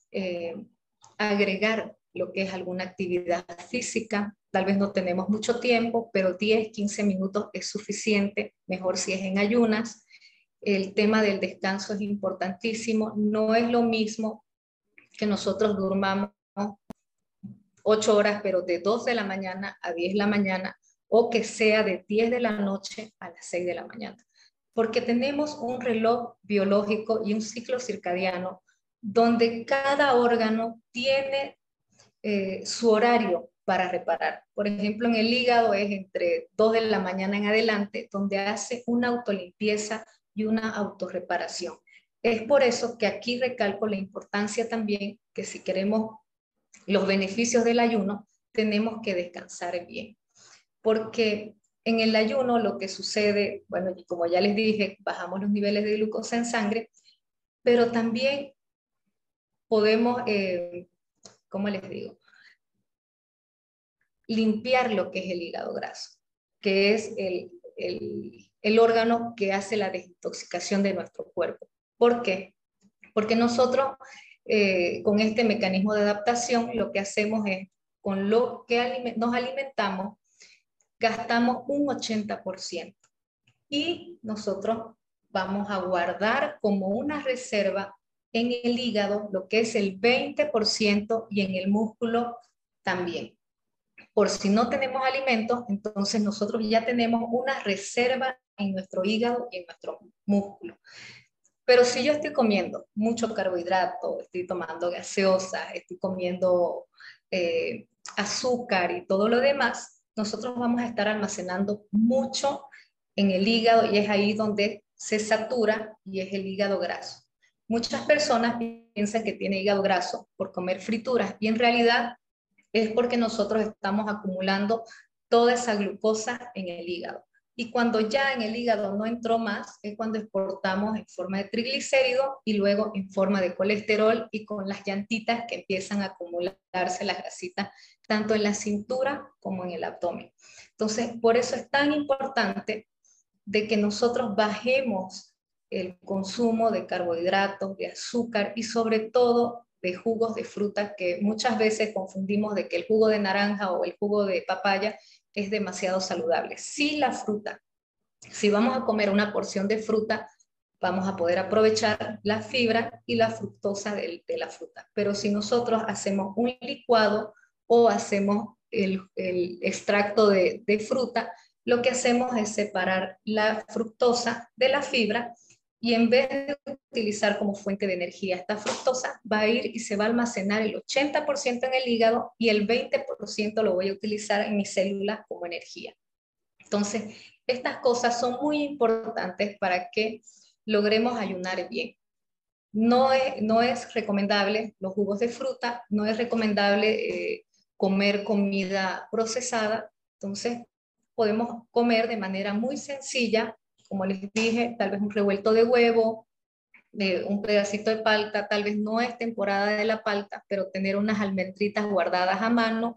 agregar lo que es alguna actividad física. Tal vez no tenemos mucho tiempo, pero 10, 15 minutos es suficiente, mejor si es en ayunas. El tema del descanso es importantísimo. No es lo mismo que nosotros durmamos 8 horas, pero de 2 de la mañana a 10 de la mañana, o que sea de 10 de la noche a las 6 de la mañana. Porque tenemos un reloj biológico y un ciclo circadiano donde cada órgano tiene su horario para reparar. Por ejemplo, en el hígado es entre 2 de la mañana en adelante, donde hace una autolimpieza y una autorreparación. Es por eso que aquí recalco la importancia también que si queremos los beneficios del ayuno, tenemos que descansar bien. Porque en el ayuno lo que sucede, bueno, como ya les dije, bajamos los niveles de glucosa en sangre, pero también podemos, ¿cómo les digo? Limpiar lo que es el hígado graso, que es el órgano que hace la desintoxicación de nuestro cuerpo. ¿Por qué? Porque nosotros con este mecanismo de adaptación lo que hacemos es, con lo que nos alimentamos, gastamos un 80% y nosotros vamos a guardar como una reserva en el hígado lo que es el 20% y en el músculo también. Por si no tenemos alimentos, entonces nosotros ya tenemos una reserva en nuestro hígado y en nuestro músculo. Pero si yo estoy comiendo mucho carbohidrato, estoy tomando gaseosa, estoy comiendo azúcar y todo lo demás, nosotros vamos a estar almacenando mucho en el hígado y es ahí donde se satura y es el hígado graso. Muchas personas piensan que tiene hígado graso por comer frituras y en realidad es porque nosotros estamos acumulando toda esa glucosa en el hígado. Y cuando ya en el hígado no entró más, es cuando exportamos en forma de triglicéridos y luego en forma de colesterol y con las llantitas que empiezan a acumularse las grasitas, tanto en la cintura como en el abdomen. Entonces, por eso es tan importante de que nosotros bajemos el consumo de carbohidratos, de azúcar y sobre todo de jugos de fruta, que muchas veces confundimos de que el jugo de naranja o el jugo de papaya es demasiado saludable. Sí, la fruta, si vamos a comer una porción de fruta, vamos a poder aprovechar la fibra y la fructosa de la fruta. Pero si nosotros hacemos un licuado o hacemos el extracto de fruta, lo que hacemos es separar la fructosa de la fibra y en vez de utilizar como fuente de energía esta fructosa, va a ir y se va a almacenar el 80% en el hígado y el 20% lo voy a utilizar en mis células como energía. Entonces, estas cosas son muy importantes para que logremos ayunar bien. No es recomendable los jugos de fruta, no es recomendable comer comida procesada, entonces podemos comer de manera muy sencilla, como les dije, tal vez un revuelto de huevo, un pedacito de palta, tal vez no es temporada de la palta, pero tener unas almendritas guardadas a mano.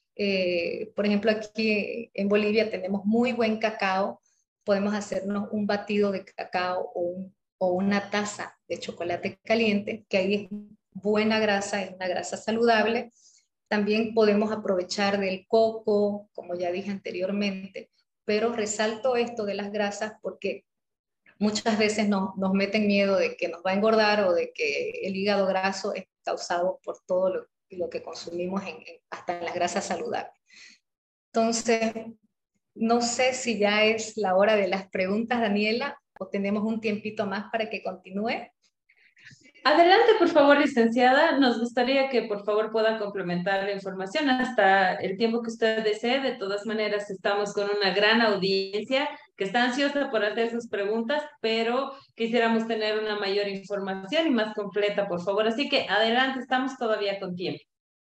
Por ejemplo, aquí en Bolivia tenemos muy buen cacao, podemos hacernos un batido de cacao o una taza de chocolate caliente, que ahí es buena grasa, es una grasa saludable. También podemos aprovechar del coco, como ya dije anteriormente, pero resalto esto de las grasas porque muchas veces nos meten miedo de que nos va a engordar o de que el hígado graso es causado por todo lo que consumimos hasta en las grasas saludables. Entonces, no sé si ya es la hora de las preguntas, Daniela, o tenemos un tiempito más para que continúe. Adelante, por favor, licenciada. Nos gustaría que por favor pueda complementar la información hasta el tiempo que usted desee. De todas maneras, estamos con una gran audiencia que está ansiosa por hacer sus preguntas, pero quisiéramos tener una mayor información y más completa, por favor. Así que adelante, estamos todavía con tiempo.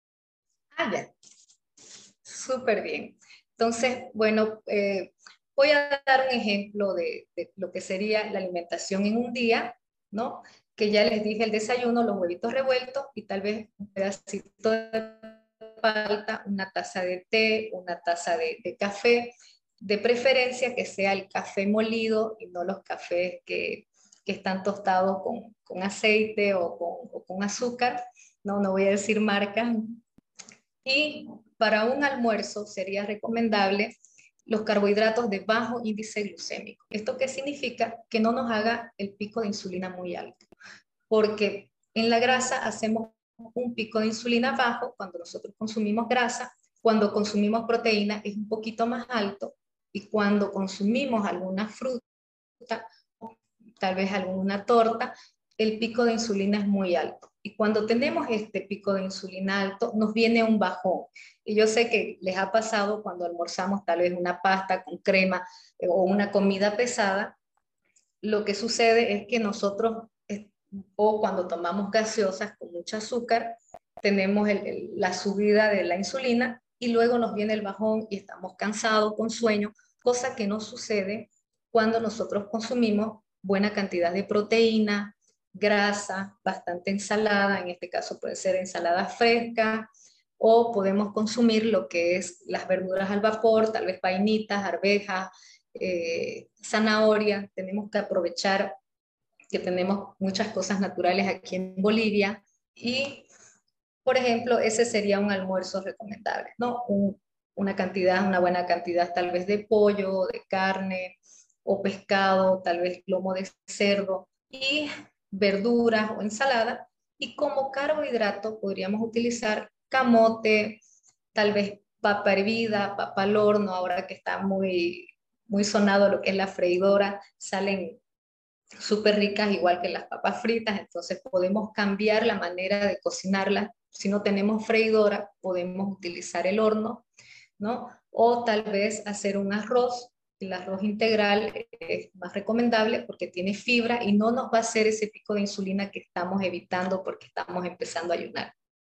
Ah, ya. Súper bien. Entonces, bueno, voy a dar un ejemplo de lo que sería la alimentación en un día, ¿no? Que ya les dije el desayuno, los huevitos revueltos y tal vez un pedacito de palta, una taza de té, una taza de café, de preferencia que sea el café molido y no los cafés que están tostados con aceite o con azúcar, no voy a decir marcas. Y para un almuerzo sería recomendable los carbohidratos de bajo índice glucémico. ¿Esto qué significa? Que no nos haga el pico de insulina muy alto, porque en la grasa hacemos un pico de insulina bajo cuando nosotros consumimos grasa, cuando consumimos proteína es un poquito más alto, y cuando consumimos alguna fruta, tal vez alguna torta, el pico de insulina es muy alto. Y cuando tenemos este pico de insulina alto, nos viene un bajón. Y yo sé que les ha pasado cuando almorzamos tal vez una pasta con crema o una comida pesada. Lo que sucede es que nosotros, o cuando tomamos gaseosas con mucho azúcar, tenemos la subida de la insulina y luego nos viene el bajón y estamos cansados, con sueño, cosa que no sucede cuando nosotros consumimos buena cantidad de proteína, grasa, bastante ensalada, en este caso puede ser ensalada fresca, o podemos consumir lo que es las verduras al vapor, tal vez vainitas, arvejas, zanahoria. Tenemos que aprovechar que tenemos muchas cosas naturales aquí en Bolivia y, por ejemplo, ese sería un almuerzo recomendable, ¿no? Una buena cantidad tal vez de pollo, de carne o pescado, tal vez lomo de cerdo y verduras o ensalada. Y como carbohidrato podríamos utilizar camote, tal vez papa hervida, papa al horno, ahora que está muy sonado lo que es la freidora, salen súper ricas igual que las papas fritas, entonces podemos cambiar la manera de cocinarlas. Si no tenemos freidora, podemos utilizar el horno, ¿no? O tal vez hacer un arroz. El arroz integral es más recomendable porque tiene fibra y no nos va a hacer ese pico de insulina que estamos evitando porque estamos empezando a ayunar.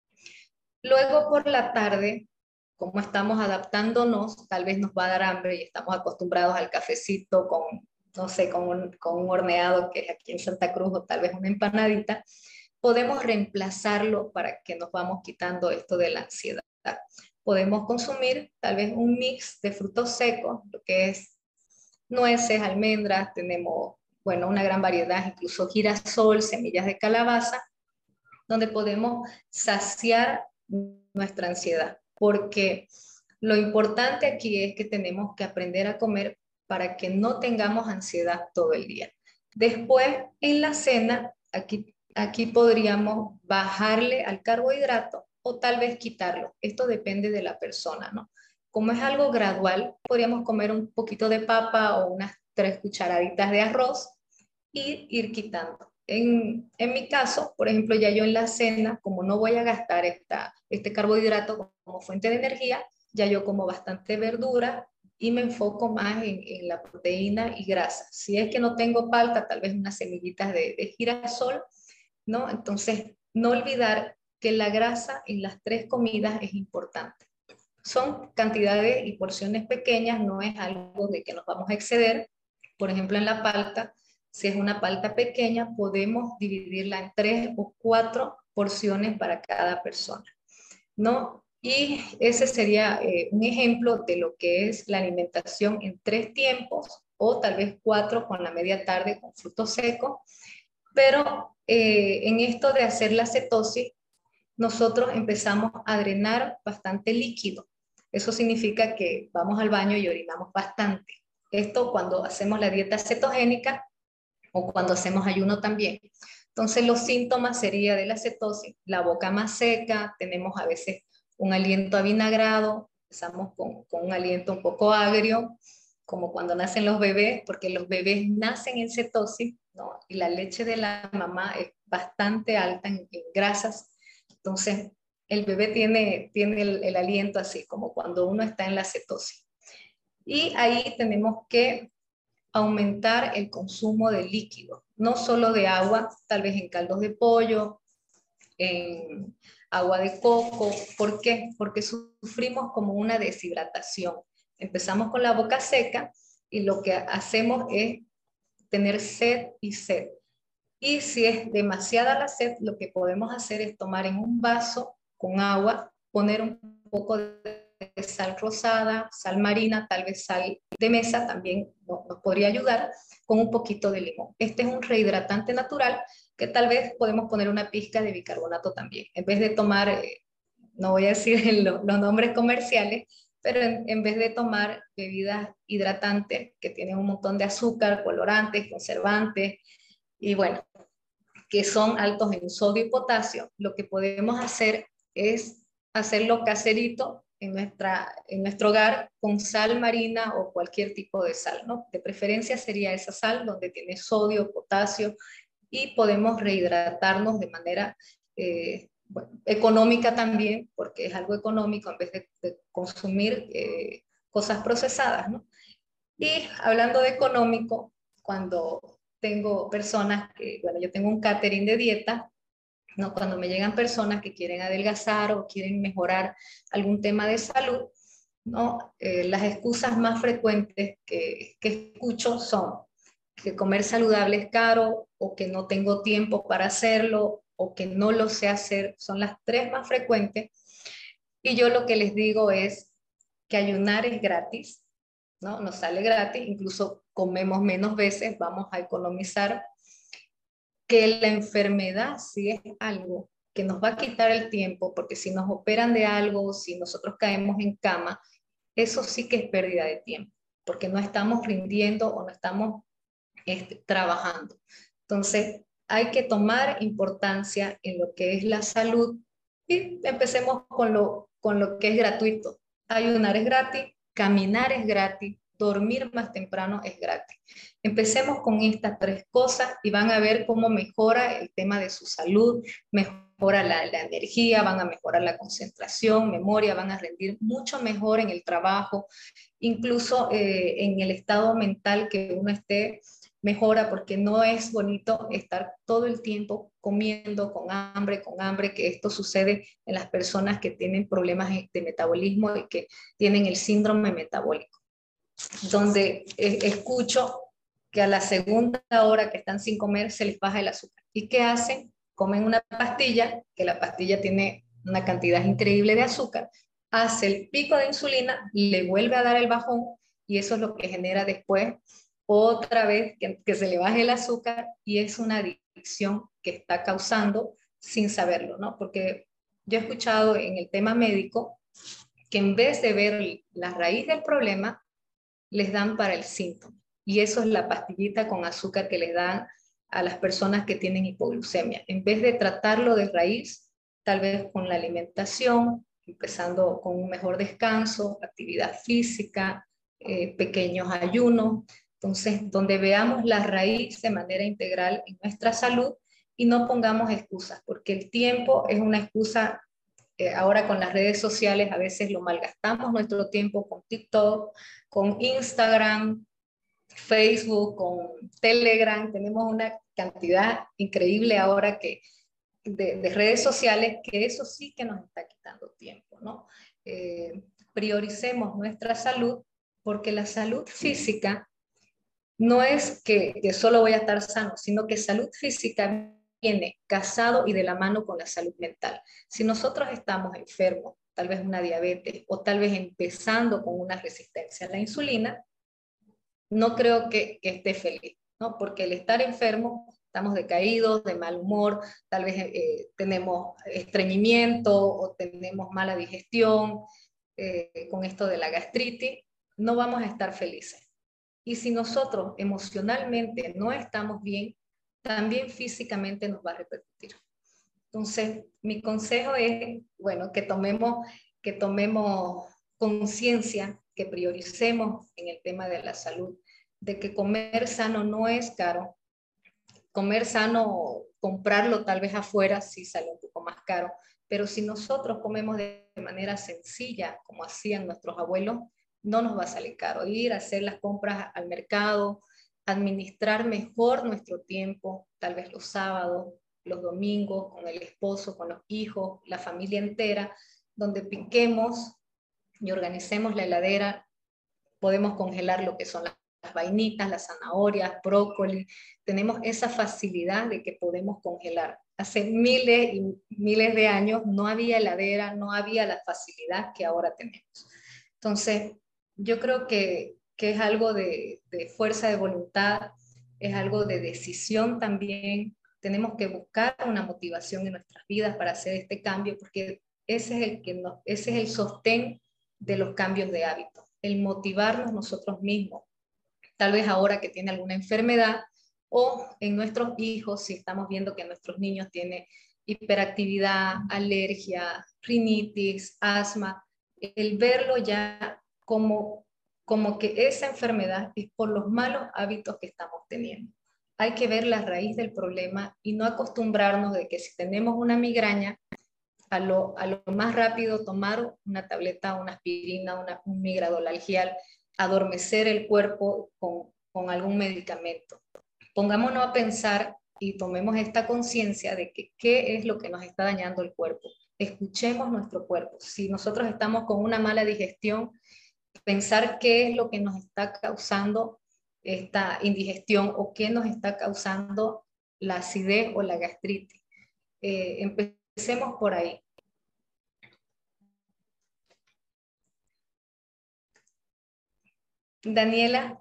Luego por la tarde, como estamos adaptándonos, tal vez nos va a dar hambre y estamos acostumbrados al cafecito con, no sé, con un horneado que es aquí en Santa Cruz, o tal vez una empanadita, podemos reemplazarlo para que nos vamos quitando esto de la ansiedad. Podemos consumir tal vez un mix de frutos secos, lo que es nueces, almendras, tenemos, bueno, una gran variedad, incluso girasol, semillas de calabaza, donde podemos saciar nuestra ansiedad, porque lo importante aquí es que tenemos que aprender a comer para que no tengamos ansiedad todo el día. Después, en la cena, aquí podríamos bajarle al carbohidrato o tal vez quitarlo. Esto depende de la persona, ¿no? Como es algo gradual, podríamos comer un poquito de papa o unas 3 cucharaditas de arroz y ir quitando. En mi caso, por ejemplo, ya yo en la cena, como no voy a gastar este carbohidrato como fuente de energía, ya yo como bastante verdura y me enfoco más en la proteína y grasa. Si es que no tengo palta, tal vez unas semillitas de girasol, ¿no? Entonces, no olvidar que la grasa en las 3 comidas es importante. Son cantidades y porciones pequeñas, no es algo de que nos vamos a exceder. Por ejemplo, en la palta, si es una palta pequeña, podemos dividirla en 3 o 4 porciones para cada persona, ¿no? Y ese sería un ejemplo de lo que es la alimentación en 3 tiempos, o tal vez 4 con la media tarde con frutos secos. Pero en esto de hacer la cetosis, nosotros empezamos a drenar bastante líquido. Eso significa que vamos al baño y orinamos bastante. Esto cuando hacemos la dieta cetogénica o cuando hacemos ayuno también. Entonces los síntomas serían de la cetosis: la boca más seca, tenemos a veces un aliento avinagrado, empezamos con un aliento un poco agrio, como cuando nacen los bebés, porque los bebés nacen en cetosis, ¿no? Y la leche de la mamá es bastante alta en grasas. Entonces, el bebé tiene el aliento así, como cuando uno está en la cetosis. Y ahí tenemos que aumentar el consumo de líquidos, no solo de agua, tal vez en caldos de pollo, en agua de coco. ¿Por qué? Porque sufrimos como una deshidratación. Empezamos con la boca seca y lo que hacemos es tener sed y sed. Y si es demasiada la sed, lo que podemos hacer es tomar en un vaso con agua, poner un poco de sal rosada, sal marina, tal vez sal de mesa también nos podría ayudar, con un poquito de limón. Este es un rehidratante natural que tal vez podemos poner una pizca de bicarbonato también. En vez de tomar, no voy a decir los nombres comerciales, pero en vez de tomar bebidas hidratantes que tienen un montón de azúcar, colorantes, conservantes, y bueno, que son altos en sodio y potasio, lo que podemos hacer es hacerlo caserito en nuestro hogar con sal marina o cualquier tipo de sal, ¿no? De preferencia sería esa sal donde tiene sodio, potasio, y podemos rehidratarnos de manera bueno, económica también, porque es algo económico en vez de consumir cosas procesadas, ¿no? Y hablando de económico, cuando tengo personas que, bueno, yo tengo un catering de dieta, ¿no? Cuando me llegan personas que quieren adelgazar o quieren mejorar algún tema de salud, ¿no? Las excusas más frecuentes que escucho son que comer saludable es caro, o que no tengo tiempo para hacerlo, o que no lo sé hacer. Son las tres más frecuentes. Y yo lo que les digo es que ayunar es gratis, ¿no? Nos sale gratis, incluso comemos menos veces, vamos a economizar. Que la enfermedad sí es algo que nos va a quitar el tiempo, porque si nos operan de algo, si nosotros caemos en cama, eso sí que es pérdida de tiempo, porque no estamos rindiendo o no estamos trabajando. Entonces, hay que tomar importancia en lo que es la salud y empecemos con lo que es gratuito. Ayunar es gratis, caminar es gratis, dormir más temprano es gratis. Empecemos con estas tres cosas y van a ver cómo mejora el tema de su salud, mejora la energía, van a mejorar la concentración, memoria, van a rendir mucho mejor en el trabajo, incluso en el estado mental que uno esté mejora, porque no es bonito estar todo el tiempo comiendo con hambre, que esto sucede en las personas que tienen problemas de metabolismo y que tienen el síndrome metabólico, donde escucho que a la segunda hora que están sin comer se les baja el azúcar. ¿Y qué hacen? Comen una pastilla, que la pastilla tiene una cantidad increíble de azúcar, hace el pico de insulina, le vuelve a dar el bajón, y eso es lo que genera después otra vez que se le baje el azúcar, y es una adicción que está causando sin saberlo, ¿no? Porque yo he escuchado en el tema médico que en vez de ver la raíz del problema, les dan para el síntoma. Y eso es la pastillita con azúcar que les dan a las personas que tienen hipoglucemia. En vez de tratarlo de raíz, tal vez con la alimentación, empezando con un mejor descanso, actividad física, pequeños ayunos. Entonces, donde veamos la raíz de manera integral en nuestra salud y no pongamos excusas, porque el tiempo es una excusa. Ahora con las redes sociales a veces lo malgastamos nuestro tiempo con TikTok, con Instagram, Facebook, con Telegram. Tenemos una cantidad increíble ahora de redes sociales, que eso sí que nos está quitando tiempo, ¿no? Prioricemos nuestra salud, porque la salud física no es que solo voy a estar sano, sino que salud física viene casado y de la mano con la salud mental. Si nosotros estamos enfermos, tal vez una diabetes o tal vez empezando con una resistencia a la insulina, no creo que esté feliz, ¿no? Porque el estar enfermo, estamos decaídos, de mal humor, tal vez tenemos estreñimiento o tenemos mala digestión, con esto de la gastritis, no vamos a estar felices. Y si nosotros emocionalmente no estamos bien, también físicamente nos va a repercutir. Entonces, mi consejo es, bueno, que tomemos conciencia, que prioricemos en el tema de la salud, de que comer sano no es caro. Comer sano, comprarlo tal vez afuera, sí sale un poco más caro, pero si nosotros comemos de manera sencilla, como hacían nuestros abuelos, no nos va a salir caro. Ir a hacer las compras al mercado, administrar mejor nuestro tiempo, tal vez los sábados, los domingos, con el esposo, con los hijos, la familia entera, donde piquemos y organicemos la heladera. Podemos congelar lo que son las vainitas, las zanahorias, brócoli. Tenemos esa facilidad de que podemos congelar. Hace miles y miles de años no había heladera, no había la facilidad que ahora tenemos. Entonces, yo creo que es algo de fuerza de voluntad, es algo de decisión también. Tenemos que buscar una motivación en nuestras vidas para hacer este cambio, porque ese es el sostén de los cambios de hábitos, el motivarnos nosotros mismos. Tal vez ahora que tiene alguna enfermedad, o en nuestros hijos, si estamos viendo que nuestros niños tienen hiperactividad, alergia, rinitis, asma, el verlo ya como que esa enfermedad es por los malos hábitos que estamos teniendo. Hay que ver la raíz del problema y no acostumbrarnos de que si tenemos una migraña, a lo más rápido tomar una tableta, una aspirina, un migradolalgial, adormecer el cuerpo con algún medicamento. Pongámonos a pensar y tomemos esta conciencia de que qué es lo que nos está dañando el cuerpo. Escuchemos nuestro cuerpo. Si nosotros estamos con una mala digestión, pensar qué es lo que nos está causando esta indigestión o qué nos está causando la acidez o la gastritis. Empecemos por ahí. Daniela.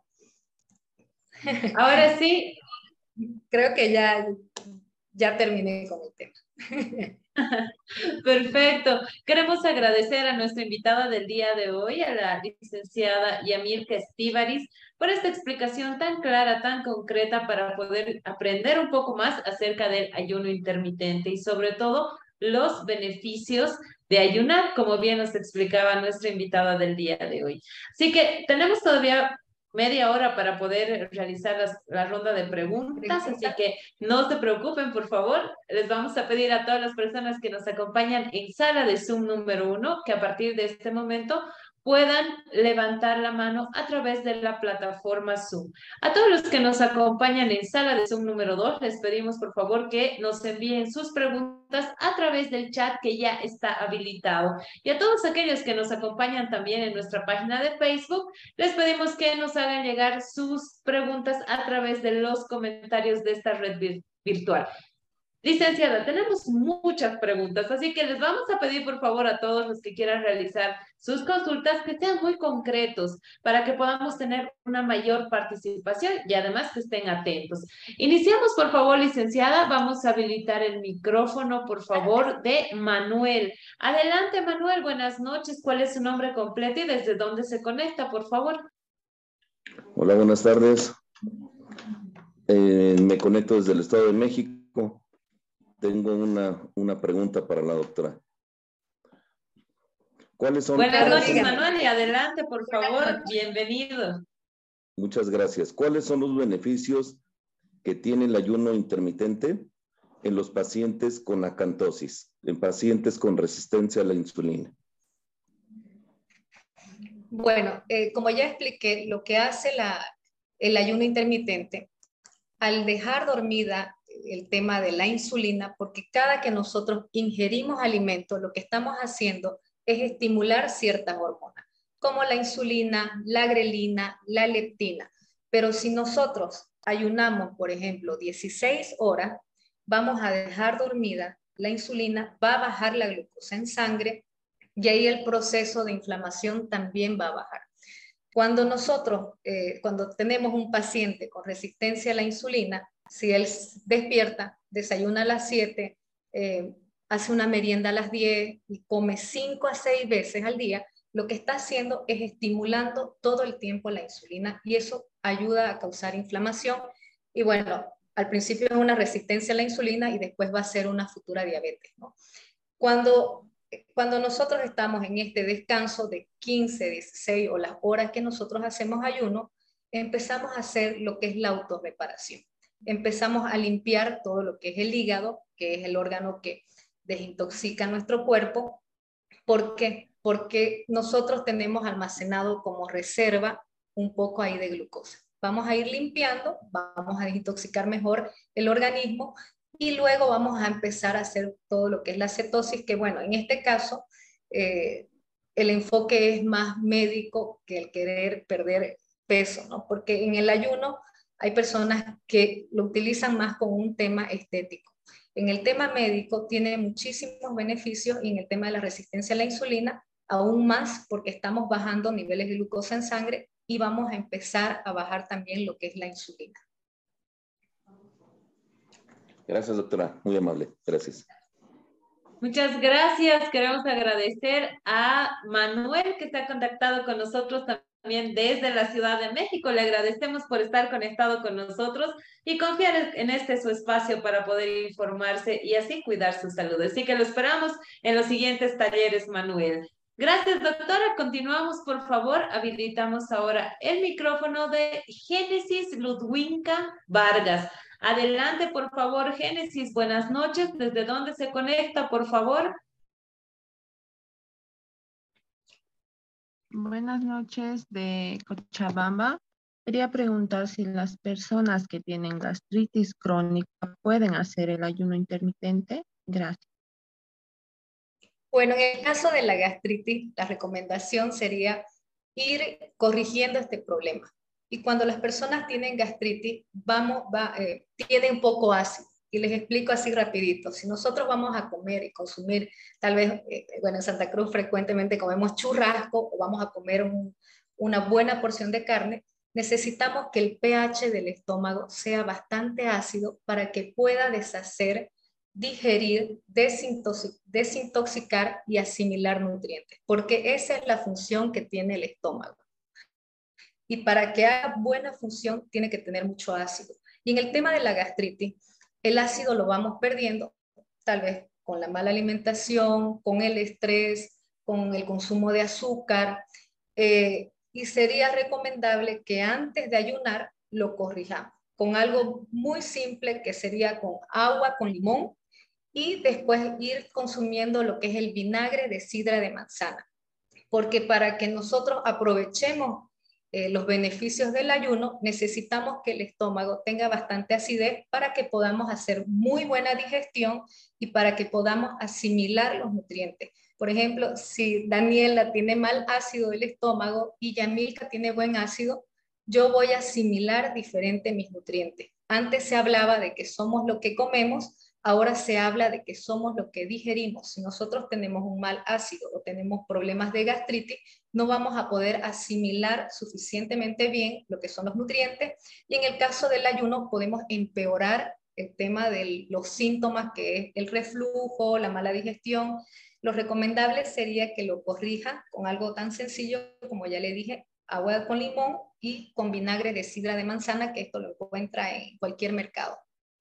Ahora sí. Creo que ya terminé con el tema. Perfecto. Queremos agradecer a nuestra invitada del día de hoy, a la licenciada Yamilka Estíbariz, por esta explicación tan clara, tan concreta para poder aprender un poco más acerca del ayuno intermitente y sobre todo los beneficios de ayunar, como bien nos explicaba nuestra invitada del día de hoy. Así que tenemos todavía media hora para poder realizar la ronda de preguntas, así que no se preocupen, por favor. Les vamos a pedir a todas las personas que nos acompañan en sala de Zoom número 1 que a partir de este momento puedan levantar la mano a través de la plataforma Zoom. A todos los que nos acompañan en sala de Zoom número 2, les pedimos por favor que nos envíen sus preguntas a través del chat que ya está habilitado. Y a todos aquellos que nos acompañan también en nuestra página de Facebook, les pedimos que nos hagan llegar sus preguntas a través de los comentarios de esta red virtual. Licenciada, tenemos muchas preguntas, así que les vamos a pedir por favor a todos los que quieran realizar sus consultas que sean muy concretos para que podamos tener una mayor participación y además que estén atentos. Iniciamos por favor, licenciada, vamos a habilitar el micrófono por favor de Manuel. Adelante Manuel, buenas noches, ¿cuál es su nombre completo y desde dónde se conecta, por favor? Hola, buenas tardes. Me conecto desde el Estado de México. Tengo una pregunta para la doctora. ¿Cuáles son? Buenas noches, Manuel, y adelante, por favor. Bienvenido. Muchas gracias. ¿Cuáles son los beneficios que tiene el ayuno intermitente en los pacientes con acantosis, en pacientes con resistencia a la insulina? Bueno, como ya expliqué, lo que hace el ayuno intermitente, al dejar dormida el tema de la insulina, porque cada que nosotros ingerimos alimentos, lo que estamos haciendo es estimular ciertas hormonas, como la insulina, la grelina, la leptina. Pero si nosotros ayunamos, por ejemplo, 16 horas, vamos a dejar dormida la insulina, va a bajar la glucosa en sangre y ahí el proceso de inflamación también va a bajar. Cuando nosotros, cuando tenemos un paciente con resistencia a la insulina, si él despierta, desayuna a las 7, hace una merienda a las 10 y come 5 a 6 veces al día, lo que está haciendo es estimulando todo el tiempo la insulina y eso ayuda a causar inflamación. Y bueno, al principio es una resistencia a la insulina y después va a ser una futura diabetes, ¿no? Cuando nosotros estamos en este descanso de 15, 16 o las horas que nosotros hacemos ayuno, empezamos a hacer lo que es la autorreparación. Empezamos a limpiar todo lo que es el hígado, que es el órgano que desintoxica nuestro cuerpo. ¿Por qué? Porque nosotros tenemos almacenado como reserva un poco ahí de glucosa. Vamos a ir limpiando, vamos a desintoxicar mejor el organismo y luego vamos a empezar a hacer todo lo que es la cetosis, que bueno, en este caso el enfoque es más médico que el querer perder peso, ¿no? Porque en el ayuno hay personas que lo utilizan más como un tema estético. En el tema médico tiene muchísimos beneficios y en el tema de la resistencia a la insulina aún más porque estamos bajando niveles de glucosa en sangre y vamos a empezar a bajar también lo que es la insulina. Gracias, doctora. Muy amable. Gracias. Muchas gracias. Queremos agradecer a Manuel que está contactado con nosotros también desde la Ciudad de México. Le agradecemos por estar conectado con nosotros y confiar en este su espacio para poder informarse y así cuidar su salud. Así que lo esperamos en los siguientes talleres, Manuel. Gracias, doctora. Continuamos, por favor. Habilitamos ahora el micrófono de Génesis Ludwinka Vargas. Adelante, por favor, Génesis. Buenas noches. ¿Desde dónde se conecta, por favor? Buenas noches de Cochabamba. Quería preguntar si las personas que tienen gastritis crónica pueden hacer el ayuno intermitente. Gracias. Bueno, en el caso de la gastritis, la recomendación sería ir corrigiendo este problema. Y cuando las personas tienen gastritis, tienen poco ácido. Y les explico así rapidito. Si nosotros vamos a comer y consumir, tal vez, bueno, en Santa Cruz frecuentemente comemos churrasco o vamos a comer una buena porción de carne, necesitamos que el pH del estómago sea bastante ácido para que pueda deshacer, digerir, desintoxicar y asimilar nutrientes, porque esa es la función que tiene el estómago. Y para que haga buena función, tiene que tener mucho ácido. Y en el tema de la gastritis, el ácido lo vamos perdiendo, tal vez con la mala alimentación, con el estrés, con el consumo de azúcar, y sería recomendable que antes de ayunar lo corrijamos con algo muy simple que sería con agua con limón y después ir consumiendo lo que es el vinagre de sidra de manzana. Porque para que nosotros aprovechemos los beneficios del ayuno, necesitamos que el estómago tenga bastante acidez para que podamos hacer muy buena digestión y para que podamos asimilar los nutrientes. Por ejemplo, si Daniela tiene mal ácido del estómago y Yamilka tiene buen ácido, yo voy a asimilar diferente mis nutrientes. Antes se hablaba de que somos lo que comemos, ahora se habla de que somos lo que digerimos. Si nosotros tenemos un mal ácido o tenemos problemas de gastritis, no vamos a poder asimilar suficientemente bien lo que son los nutrientes. Y en el caso del ayuno podemos empeorar el tema de los síntomas que es el reflujo, la mala digestión. Lo recomendable sería que lo corrija con algo tan sencillo como ya le dije, agua con limón y con vinagre de sidra de manzana, que esto lo encuentra en cualquier mercado.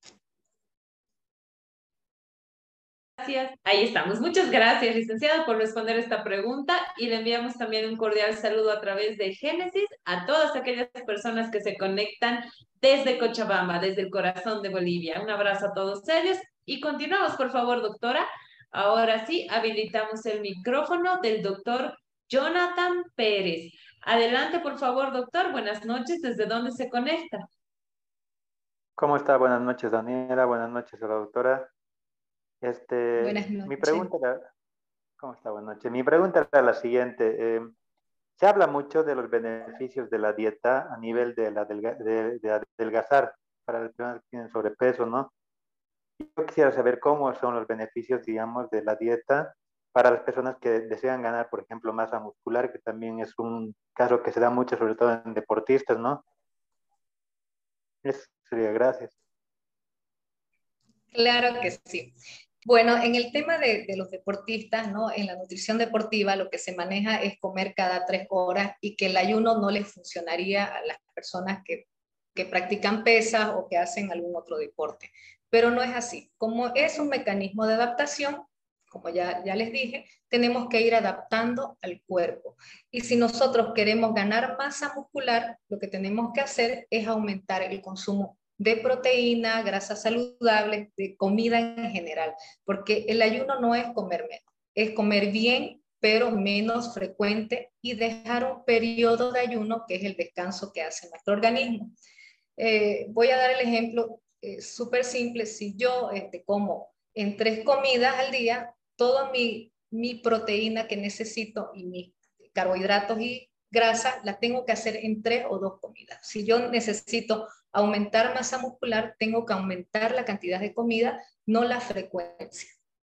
Gracias. Ahí estamos. Muchas gracias, licenciada, por responder esta pregunta y le enviamos también un cordial saludo a través de Génesis a todas aquellas personas que se conectan desde Cochabamba, desde el corazón de Bolivia. Un abrazo a todos ellos y continuamos, por favor, doctora. Ahora sí, habilitamos el micrófono del doctor Jonathan Pérez. Adelante, por favor, doctor. Buenas noches. ¿Desde dónde se conecta? ¿Cómo está? Buenas noches, Daniela. Buenas noches a la doctora. Buenas noches. Mi pregunta era, ¿cómo está? Buenas noches. Mi pregunta era la siguiente. Se habla mucho de los beneficios de la dieta a nivel de adelgazar para las personas que tienen sobrepeso, ¿no? Yo quisiera saber cómo son los beneficios, digamos, de la dieta para las personas que desean ganar, por ejemplo, masa muscular, que también es un caso que se da mucho, sobre todo en deportistas, ¿no? Eso sería, gracias. Claro que sí. Bueno, en el tema de los deportistas, ¿no? En la nutrición deportiva lo que se maneja es comer cada 3 horas y que el ayuno no les funcionaría a las personas que practican pesas o que hacen algún otro deporte. Pero no es así. Como es un mecanismo de adaptación, como ya les dije, tenemos que ir adaptando al cuerpo. Y si nosotros queremos ganar masa muscular, lo que tenemos que hacer es aumentar el consumo de proteína, grasas saludables, de comida en general, porque el ayuno no es comer menos, es comer bien, pero menos frecuente y dejar un periodo de ayuno que es el descanso que hace nuestro organismo. Voy a dar el ejemplo súper simple. Si yo como en 3 comidas al día, toda mi proteína que necesito y mis carbohidratos y grasa la tengo que hacer en 3 o 2 comidas. Si yo necesito aumentar masa muscular, tengo que aumentar la cantidad de comida, no la frecuencia.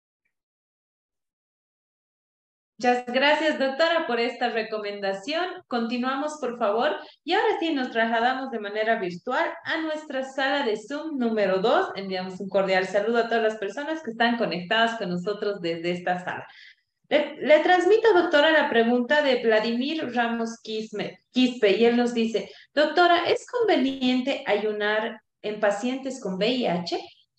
Muchas gracias, doctora, por esta recomendación. Continuamos, por favor. Y ahora sí, nos trasladamos de manera virtual a nuestra sala de Zoom número 2. Enviamos un cordial saludo a todas las personas que están conectadas con nosotros desde esta sala. Le transmito, doctora, la pregunta de Vladimir Ramos Quispe, y él nos dice, doctora, ¿es conveniente ayunar en pacientes con VIH?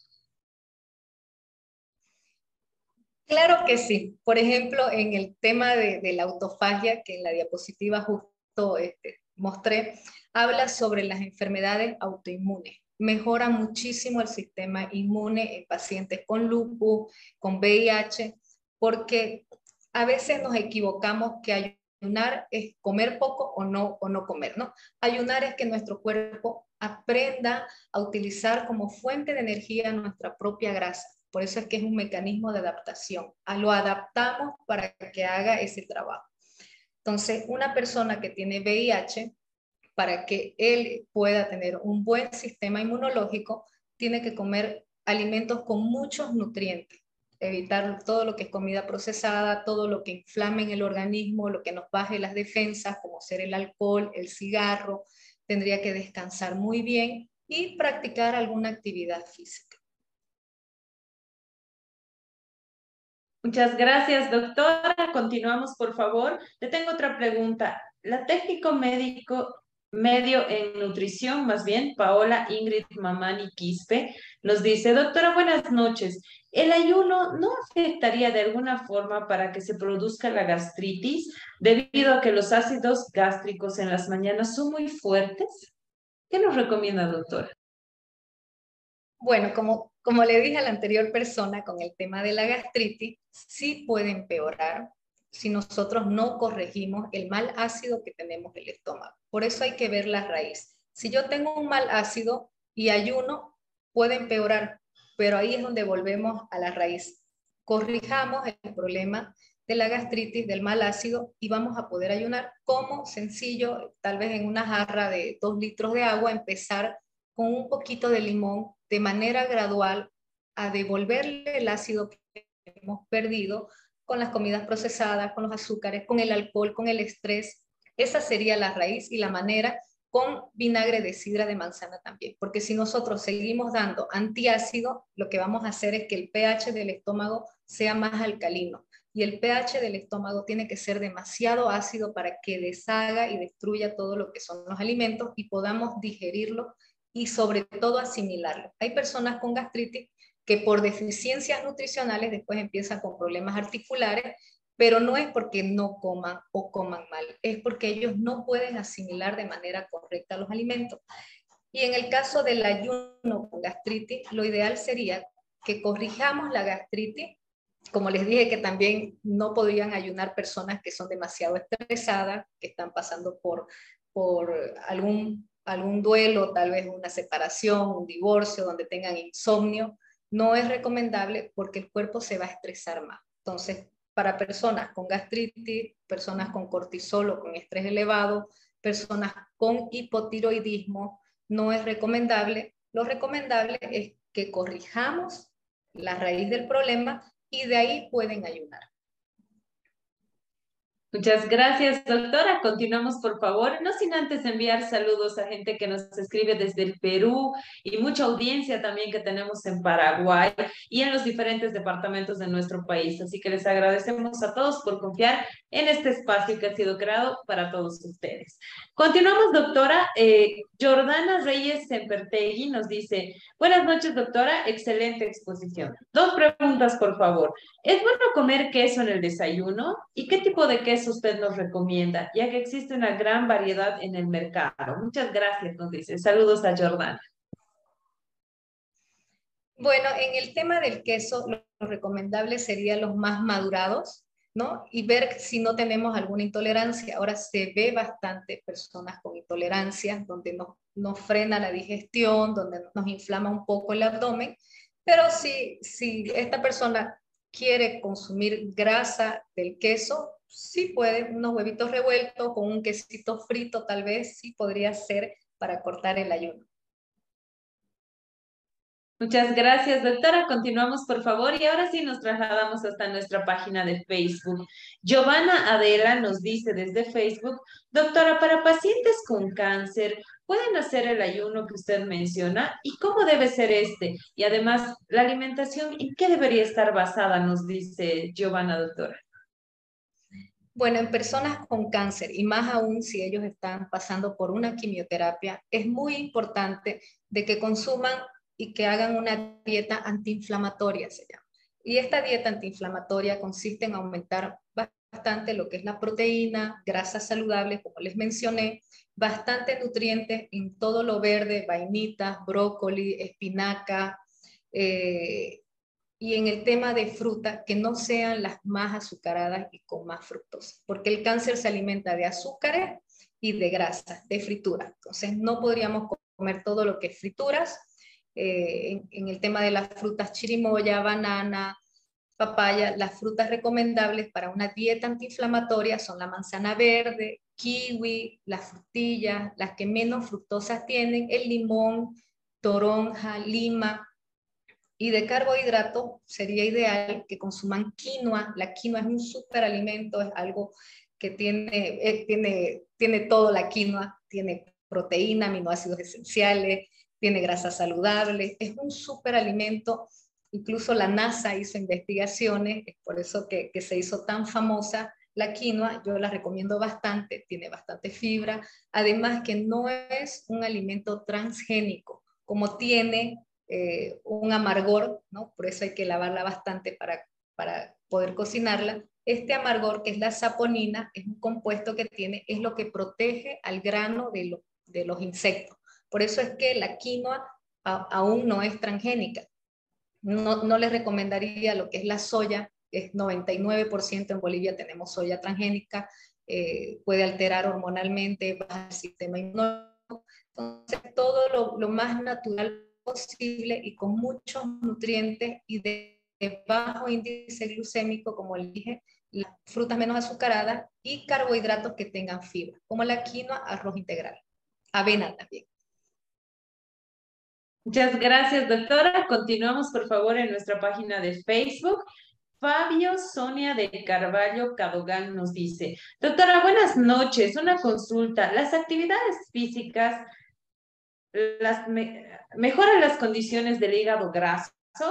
Claro que sí. Por ejemplo, en el tema de la autofagia, que en la diapositiva justo mostré, habla sobre las enfermedades autoinmunes. Mejora muchísimo el sistema inmune en pacientes con lupus, con VIH, porque a veces nos equivocamos que ayunar es comer poco o no comer, ¿no? Ayunar es que nuestro cuerpo aprenda a utilizar como fuente de energía nuestra propia grasa. Por eso es que es un mecanismo de adaptación. Lo adaptamos para que haga ese trabajo. Entonces, una persona que tiene VIH, para que él pueda tener un buen sistema inmunológico, tiene que comer alimentos con muchos nutrientes. Evitar todo lo que es comida procesada, todo lo que inflame en el organismo, lo que nos baje las defensas, como ser el alcohol, el cigarro. Tendría que descansar muy bien y practicar alguna actividad física. Muchas gracias, doctora. Continuamos, por favor. Le tengo otra pregunta. La técnico médico medio en nutrición, más bien, Paola Ingrid Mamani Quispe, nos dice, doctora, buenas noches. ¿El ayuno no afectaría de alguna forma para que se produzca la gastritis debido a que los ácidos gástricos en las mañanas son muy fuertes? ¿Qué nos recomienda, doctora? Bueno, como le dije a la anterior persona con el tema de la gastritis, sí puede empeorar si nosotros no corregimos el mal ácido que tenemos en el estómago. Por eso hay que ver la raíz. Si yo tengo un mal ácido y ayuno, puede empeorar, pero ahí es donde volvemos a la raíz. Corrijamos el problema de la gastritis, del mal ácido, y vamos a poder ayunar como sencillo, tal vez en una jarra de 2 litros de agua, empezar con un poquito de limón de manera gradual a devolverle el ácido que hemos perdido con las comidas procesadas, con los azúcares, con el alcohol, con el estrés. Esa sería la raíz y la manera, con vinagre de sidra de manzana también, porque si nosotros seguimos dando antiácido, lo que vamos a hacer es que el pH del estómago sea más alcalino, y el pH del estómago tiene que ser demasiado ácido para que deshaga y destruya todo lo que son los alimentos y podamos digerirlo y sobre todo asimilarlo. Hay personas con gastritis que por deficiencias nutricionales después empiezan con problemas articulares, pero no es porque no coman o coman mal, es porque ellos no pueden asimilar de manera correcta los alimentos. Y en el caso del ayuno con gastritis, lo ideal sería que corrijamos la gastritis. Como les dije, que también no podrían ayunar personas que son demasiado estresadas, que están pasando por algún duelo, tal vez una separación, un divorcio, donde tengan insomnio. No es recomendable porque el cuerpo se va a estresar más. Entonces, para personas con gastritis, personas con cortisol o con estrés elevado, personas con hipotiroidismo, no es recomendable. Lo recomendable es que corrijamos la raíz del problema y de ahí pueden ayunar. Muchas gracias, doctora. Continuamos, por favor. No sin antes enviar saludos a gente que nos escribe desde el Perú y mucha audiencia también que tenemos en Paraguay y en los diferentes departamentos de nuestro país. Así que les agradecemos a todos por confiar en este espacio que ha sido creado para todos ustedes. Continuamos, doctora. Jordana Reyes Sempertegui nos dice, buenas noches, doctora. Excelente exposición. 2 preguntas, por favor. ¿Es bueno comer queso en el desayuno? ¿Y qué tipo de queso usted nos recomienda? Ya que existe una gran variedad en el mercado. Muchas gracias, nos dice. Saludos a Jordana. Bueno, en el tema del queso, lo recomendable serían los más madurados, ¿no? Y ver si no tenemos alguna intolerancia. Ahora se ve bastante personas con intolerancia, donde nos frena la digestión, donde nos inflama un poco el abdomen. Pero si esta persona quiere consumir grasa del queso, sí puede, unos huevitos revueltos con un quesito frito tal vez, sí podría ser para cortar el ayuno. Muchas gracias, doctora. Continuamos, por favor. Y ahora sí nos trasladamos hasta nuestra página de Facebook. Giovanna Adela nos dice desde Facebook, doctora, para pacientes con cáncer, ¿pueden hacer el ayuno que usted menciona? ¿Y cómo debe ser este? Y además, la alimentación, ¿en qué debería estar basada? Nos dice Giovanna, doctora. Bueno, en personas con cáncer y más aún si ellos están pasando por una quimioterapia, es muy importante de que consuman y que hagan una dieta antiinflamatoria, se llama. Y esta dieta antiinflamatoria consiste en aumentar bastante lo que es la proteína, grasas saludables, como les mencioné, bastante nutrientes en todo lo verde, vainitas, brócoli, espinaca, y en el tema de fruta, que no sean las más azucaradas y con más fructosa, porque el cáncer se alimenta de azúcares y de grasas, de frituras. Entonces no podríamos comer todo lo que es frituras. En el tema de las frutas, chirimoya, banana, papaya, las frutas recomendables para una dieta antiinflamatoria son la manzana verde, kiwi, las frutillas, las que menos fructosas tienen, el limón, toronja, lima. Y de carbohidratos sería ideal que consuman quinoa. La quinoa es un superalimento, es algo que tiene todo la quinoa, tiene proteína, aminoácidos esenciales, tiene grasas saludables, es un superalimento. Incluso la NASA hizo investigaciones, es por eso que se hizo tan famosa la quinoa. Yo la recomiendo bastante, tiene bastante fibra, además que no es un alimento transgénico, como tiene un amargor, ¿no? Por eso hay que lavarla bastante para poder cocinarla. Este amargor, que es la saponina, es un compuesto que tiene, es lo que protege al grano de los insectos. Por eso es que la quinoa aún no es transgénica. No les recomendaría lo que es la soya, es 99% en Bolivia tenemos soya transgénica, puede alterar hormonalmente, baja el sistema inmunológico. Entonces, todo lo más natural posible y con muchos nutrientes y de bajo índice glucémico, como le dije, las frutas menos azucaradas y carbohidratos que tengan fibra, como la quinoa, arroz integral, avena también. Muchas gracias, doctora. Continuamos, por favor, en nuestra página de Facebook. Fabio Sonia de Carvalho Cadogan nos dice: doctora, buenas noches. Una consulta. ¿Las actividades físicas mejoran las condiciones del hígado graso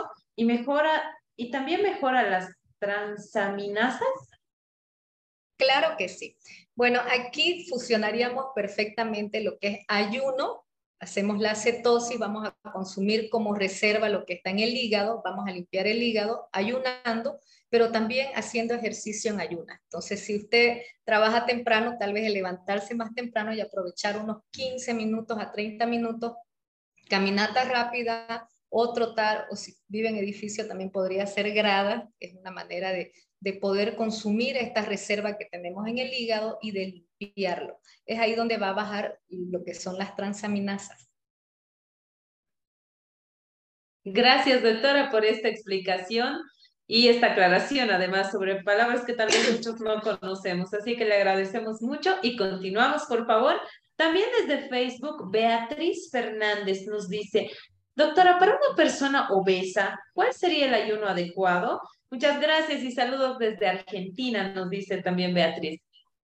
y también mejora las transaminasas? Claro que sí. Bueno, aquí fusionaríamos perfectamente lo que es ayuno. Hacemos la cetosis, vamos a consumir como reserva lo que está en el hígado, vamos a limpiar el hígado ayunando, pero también haciendo ejercicio en ayunas. Entonces, si usted trabaja temprano, tal vez el levantarse más temprano y aprovechar unos 15 minutos a 30 minutos, caminata rápida o trotar, o si vive en edificio también podría hacer gradas, es una manera de poder consumir esta reserva que tenemos en el hígado y de limpiarlo. Es ahí donde va a bajar lo que son las transaminasas. Gracias, doctora, por esta explicación y esta aclaración, además, sobre palabras que tal vez muchos no conocemos. Así que le agradecemos mucho y continuamos, por favor. También desde Facebook, Beatriz Fernández nos dice: doctora, para una persona obesa, ¿cuál sería el ayuno adecuado? Muchas gracias y saludos desde Argentina, nos dice también Beatriz.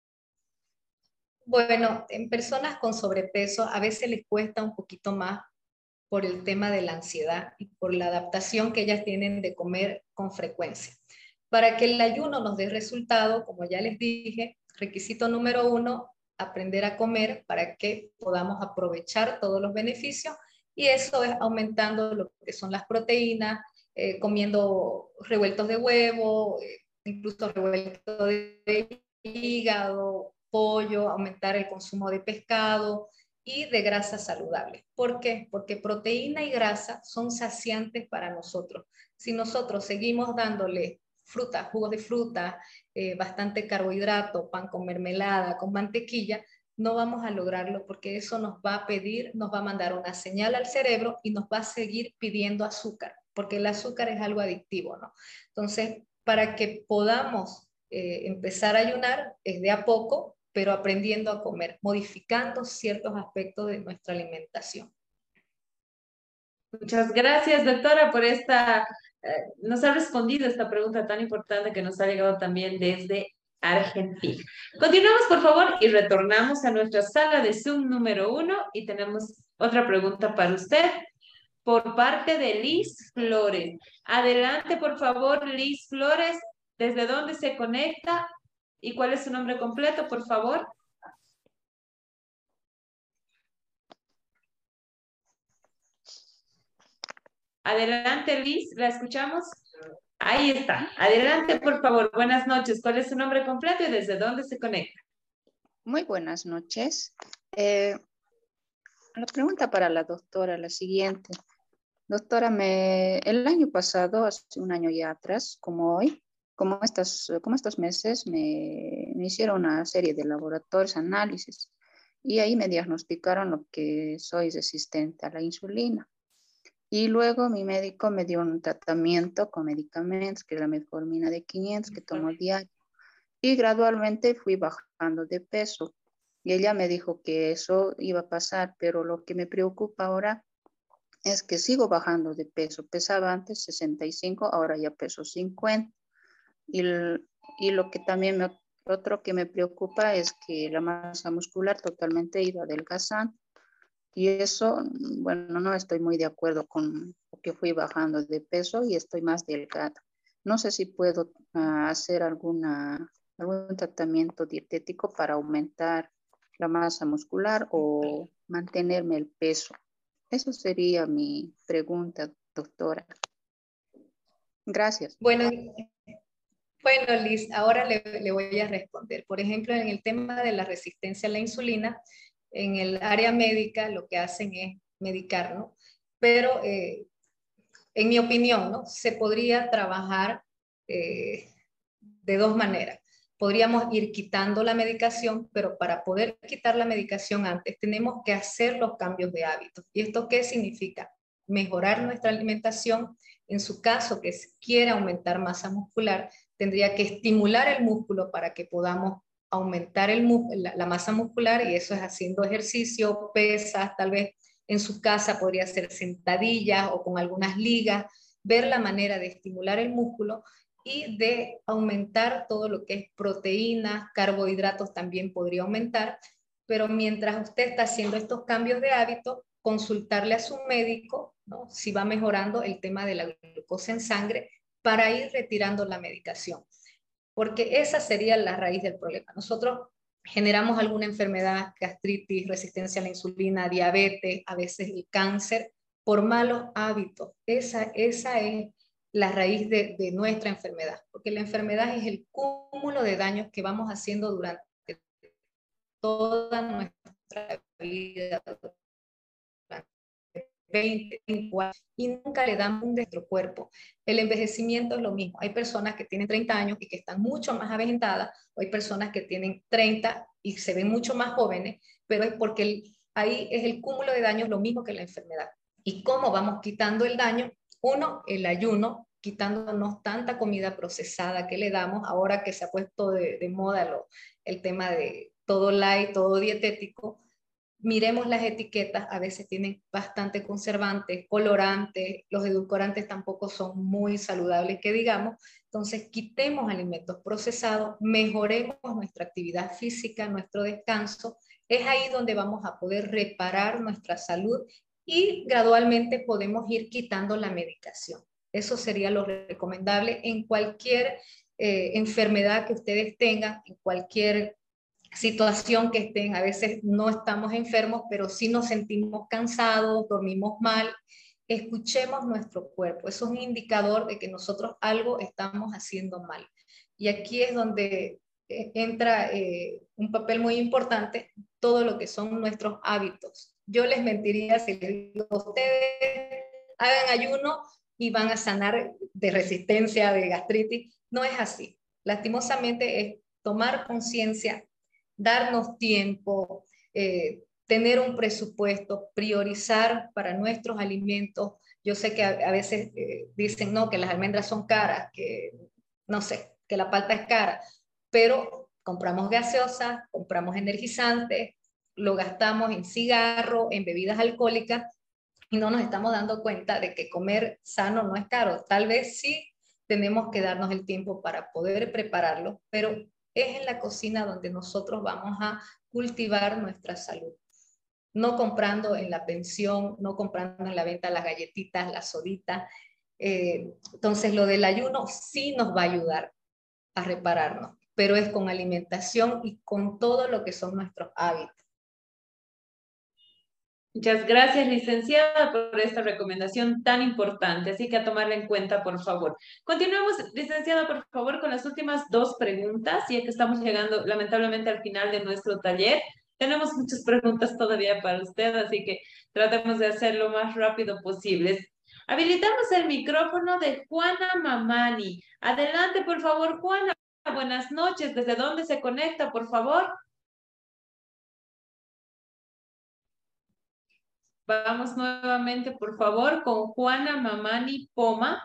Bueno, en personas con sobrepeso a veces les cuesta un poquito más por el tema de la ansiedad y por la adaptación que ellas tienen de comer con frecuencia. Para que el ayuno nos dé resultado, como ya les dije, requisito número 1, aprender a comer para que podamos aprovechar todos los beneficios, y eso es aumentando lo que son las proteínas, comiendo revueltos de huevo, incluso revuelto de hígado, pollo, aumentar el consumo de pescado y de grasas saludables. ¿Por qué? Porque proteína y grasa son saciantes para nosotros. Si nosotros seguimos dándole fruta, jugos de fruta, bastante carbohidrato, pan con mermelada, con mantequilla, no vamos a lograrlo, porque eso nos va a mandar una señal al cerebro y nos va a seguir pidiendo azúcar, porque el azúcar es algo adictivo, ¿no? Entonces, para que podamos empezar a ayunar, es de a poco, pero aprendiendo a comer, modificando ciertos aspectos de nuestra alimentación. Muchas gracias, doctora, por nos ha respondido esta pregunta tan importante que nos ha llegado también desde Argentina. Continuamos, por favor, y retornamos a nuestra sala de Zoom número 1 y tenemos otra pregunta para usted por parte de Liz Flores. Adelante, por favor, Liz Flores. ¿Desde dónde se conecta? ¿Y cuál es su nombre completo, por favor? Adelante, Liz, ¿la escuchamos? Ahí está. Adelante, por favor. Buenas noches. ¿Cuál es su nombre completo y desde dónde se conecta? Muy buenas noches. La pregunta para la doctora, la siguiente. Doctora, el año pasado, hace un año ya atrás, como hoy, como estos meses, me hicieron una serie de laboratorios, análisis, y ahí me diagnosticaron lo que soy resistente a la insulina. Y luego mi médico me dio un tratamiento con medicamentos, que es la metformina de 500 que tomo diario. Y gradualmente fui bajando de peso. Y ella me dijo que eso iba a pasar, pero lo que me preocupa ahora es que sigo bajando de peso. Pesaba antes 65, ahora ya peso 50. Y lo que también otro que me preocupa es que la masa muscular totalmente ha ido adelgazando. Y eso, bueno, no estoy muy de acuerdo con que fui bajando de peso y estoy más delgada. No sé si puedo hacer algún tratamiento dietético para aumentar la masa muscular o mantenerme el peso. Eso sería mi pregunta, doctora. Gracias. Bueno, Liz, ahora le voy a responder. Por ejemplo, en el tema de la resistencia a la insulina, en el área médica lo que hacen es medicar, ¿no? Pero en mi opinión, ¿no? Se podría trabajar de dos maneras. Podríamos ir quitando la medicación, pero para poder quitar la medicación antes tenemos que hacer los cambios de hábitos. ¿Y esto qué significa? Mejorar nuestra alimentación. En su caso, que quiera aumentar masa muscular, tendría que estimular el músculo para que podamos aumentar la masa muscular, y eso es haciendo ejercicio, pesas, tal vez en su casa podría hacer sentadillas o con algunas ligas, ver la manera de estimular el músculo y de aumentar todo lo que es proteínas, carbohidratos también podría aumentar, pero mientras usted está haciendo estos cambios de hábito, consultarle a su médico, ¿no? Si va mejorando el tema de la glucosa en sangre para ir retirando la medicación, porque esa sería la raíz del problema. Nosotros generamos alguna enfermedad, gastritis, resistencia a la insulina, diabetes, a veces el cáncer, por malos hábitos. Esa es la raíz de nuestra enfermedad, porque la enfermedad es el cúmulo de daños que vamos haciendo durante toda nuestra vida, 20, 25 años, y nunca le damos un de nuestro cuerpo. El envejecimiento es lo mismo. Hay personas que tienen 30 años y que están mucho más avejentadas, o hay personas que tienen 30 y se ven mucho más jóvenes, pero es porque ahí es el cúmulo de daños lo mismo que la enfermedad. ¿Y cómo vamos quitando el daño? Uno, el ayuno, quitándonos tanta comida procesada que le damos, ahora que se ha puesto de moda el tema de todo light, todo dietético. Miremos las etiquetas, a veces tienen bastante conservantes, colorantes, los edulcorantes tampoco son muy saludables que digamos, entonces quitemos alimentos procesados, mejoremos nuestra actividad física, nuestro descanso, es ahí donde vamos a poder reparar nuestra salud y gradualmente podemos ir quitando la medicación. Eso sería lo recomendable en cualquier enfermedad que ustedes tengan, en cualquier situación que estén. A veces no estamos enfermos, pero sí nos sentimos cansados, dormimos mal. Escuchemos nuestro cuerpo. Eso es un indicador de que nosotros algo estamos haciendo mal. Y aquí es donde entra un papel muy importante todo lo que son nuestros hábitos. Yo les mentiría si les digo a ustedes hagan ayuno y van a sanar de resistencia, de gastritis. No es así. Lastimosamente es tomar conciencia, darnos tiempo, tener un presupuesto, priorizar para nuestros alimentos. Yo sé que a veces dicen, no, que las almendras son caras, que no sé, que la palta es cara, pero compramos gaseosas, compramos energizantes, lo gastamos en cigarro, en bebidas alcohólicas, y no nos estamos dando cuenta de que comer sano no es caro. Tal vez sí tenemos que darnos el tiempo para poder prepararlo, pero es en la cocina donde nosotros vamos a cultivar nuestra salud. No comprando en la pensión, no comprando en la venta las galletitas, las soditas. Entonces lo del ayuno sí nos va a ayudar a repararnos. pero es con alimentación y con todo lo que son nuestros hábitos. Muchas gracias, licenciada, por esta recomendación tan importante, así que a tomarla en cuenta, por favor. Continuemos, licenciada, por favor, con las últimas dos preguntas, ya que estamos llegando lamentablemente al final de nuestro taller. Tenemos muchas preguntas todavía para usted, así que tratemos de hacerlo lo más rápido posible. Habilitamos el micrófono de Juana Mamani. Adelante, por favor, Juana. Buenas noches. ¿Desde dónde se conecta, por favor? Vamos nuevamente, por favor, con Juana Mamani Poma.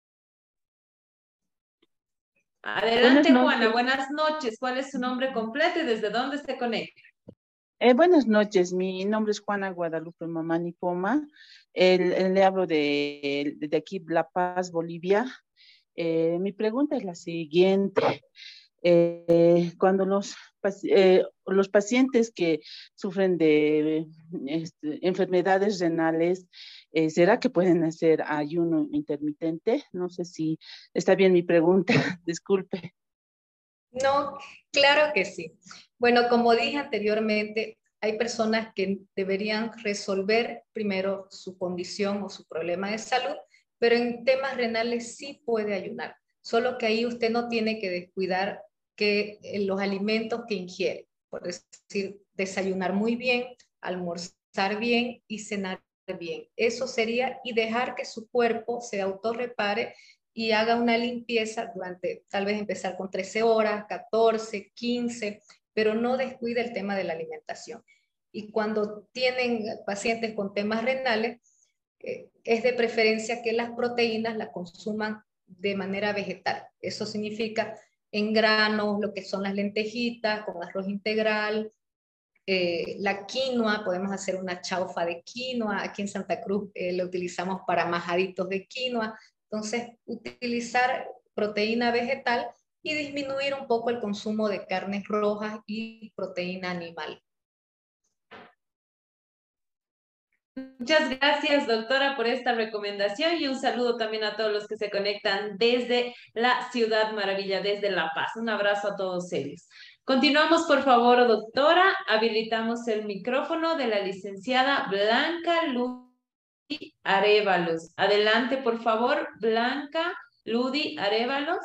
Adelante, Juana. Buenas noches. ¿Cuál es su nombre completo y desde dónde se conecta? Buenas noches, mi nombre es Juana Guadalupe Mamani Poma. Le hablo de aquí, La Paz, Bolivia. Mi pregunta es la siguiente. Cuando los pacientes que sufren de enfermedades renales, ¿será que pueden hacer ayuno intermitente? No sé si está bien mi pregunta, disculpe. No, claro que sí. Bueno, como dije anteriormente, hay personas que deberían resolver primero su condición o su problema de salud, pero en temas renales sí puede ayunar. Solo que ahí usted no tiene que descuidar que los alimentos que ingiere, por decir, desayunar muy bien, almorzar bien y cenar bien. Eso sería, y dejar que su cuerpo se autorrepare y haga una limpieza durante, tal vez empezar con 13 horas, 14, 15, pero no descuide el tema de la alimentación. Y cuando tienen pacientes con temas renales, es de preferencia que las proteínas las consuman de manera vegetal. Eso significa en granos, lo que son las lentejitas, con arroz integral, la quinoa, podemos hacer una chaufa de quinoa, aquí en Santa Cruz lo utilizamos para majaditos de quinoa. Entonces, utilizar proteína vegetal y disminuir un poco el consumo de carnes rojas y proteína animal. Muchas gracias, doctora, por esta recomendación y un saludo también a todos los que se conectan desde la Ciudad Maravilla, desde La Paz. Un abrazo a todos ellos. Continuamos, por favor, doctora. Habilitamos el micrófono de la licenciada Blanca Ludi Arévalos. Adelante, por favor, Blanca Ludi Arévalos.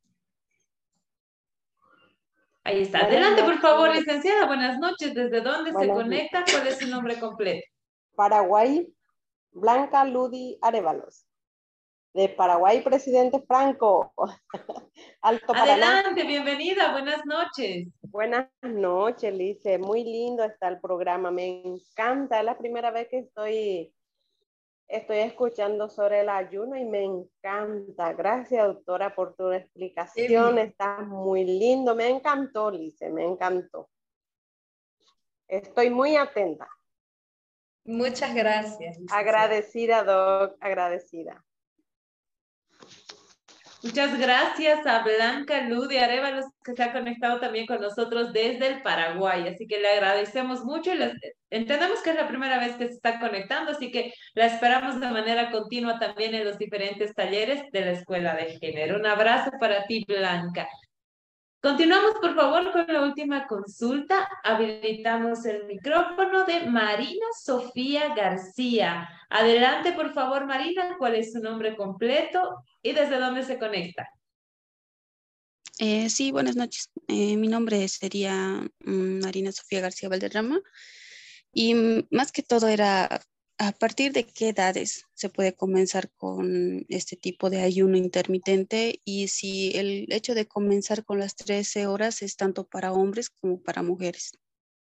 Ahí está. Adelante, por favor, licenciada. Buenas noches. ¿Desde dónde se conecta? ¿Cuál es su nombre completo? Paraguay, Blanca Ludi Arévalos. De Paraguay, presidente Franco. Alto Adelante, Paraná. bienvenida, buenas noches. Buenas noches, Lice. Muy lindo está el programa, me encanta. Es la primera vez que estoy escuchando sobre el ayuno y me encanta. Gracias, doctora, por tu explicación. Está muy lindo. Me encantó, Lice, me encantó. Estoy muy atenta. Muchas gracias. Agradecida, Doc, agradecida. Muchas gracias a Blanca Ludi Arévalos, que se ha conectado también con nosotros desde el Paraguay. Así que le agradecemos mucho y entendemos que es la primera vez que se está conectando, así que la esperamos de manera continua también en los diferentes talleres de la Escuela de Género. Un abrazo para ti, Blanca. Continuamos, por favor, con la última consulta. Habilitamos el micrófono de Marina Sofía García. Adelante, por favor, Marina. ¿Cuál es su nombre completo y desde dónde se conecta? Sí, buenas noches. Mi nombre sería Marina Sofía García Valderrama y más que todo era a partir de qué edades se puede comenzar con este tipo de ayuno intermitente y si el hecho de comenzar con las 13 horas es tanto para hombres como para mujeres.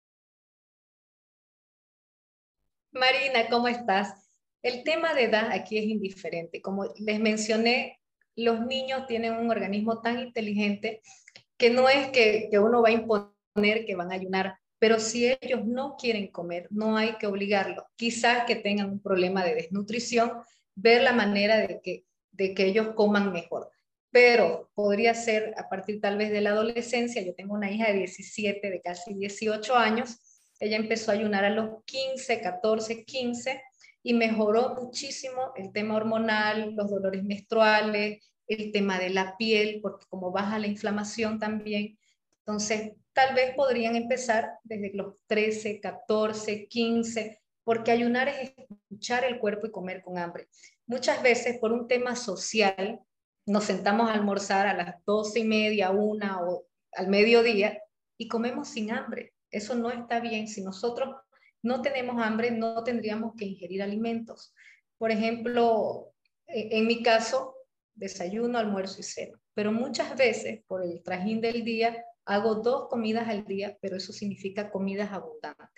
Marina, ¿cómo estás? El tema de edad aquí es indiferente. Como les mencioné, los niños tienen un organismo tan inteligente que no es que uno va a imponer que van a ayunar, pero si ellos no quieren comer, no hay que obligarlos. Quizás que tengan un problema de desnutrición, ver la manera de que ellos coman mejor. Pero podría ser a partir tal vez de la adolescencia. Yo tengo una hija de 17, de casi 18 años. Ella empezó a ayunar a los 15, 14, 15 y mejoró muchísimo el tema hormonal, los dolores menstruales, el tema de la piel, porque como baja la inflamación también, Entonces, tal vez podrían empezar desde los 13, 14, 15, porque ayunar es escuchar el cuerpo y comer con hambre. Muchas veces, por un tema social, nos sentamos a almorzar a las 12:30, 1 o al mediodía y comemos sin hambre. Eso no está bien. Si nosotros no tenemos hambre, no tendríamos que ingerir alimentos. Por ejemplo, en mi caso, desayuno, almuerzo y cena. Pero muchas veces, por el trajín del día, hago 2 comidas al día, pero eso significa comidas abundantes.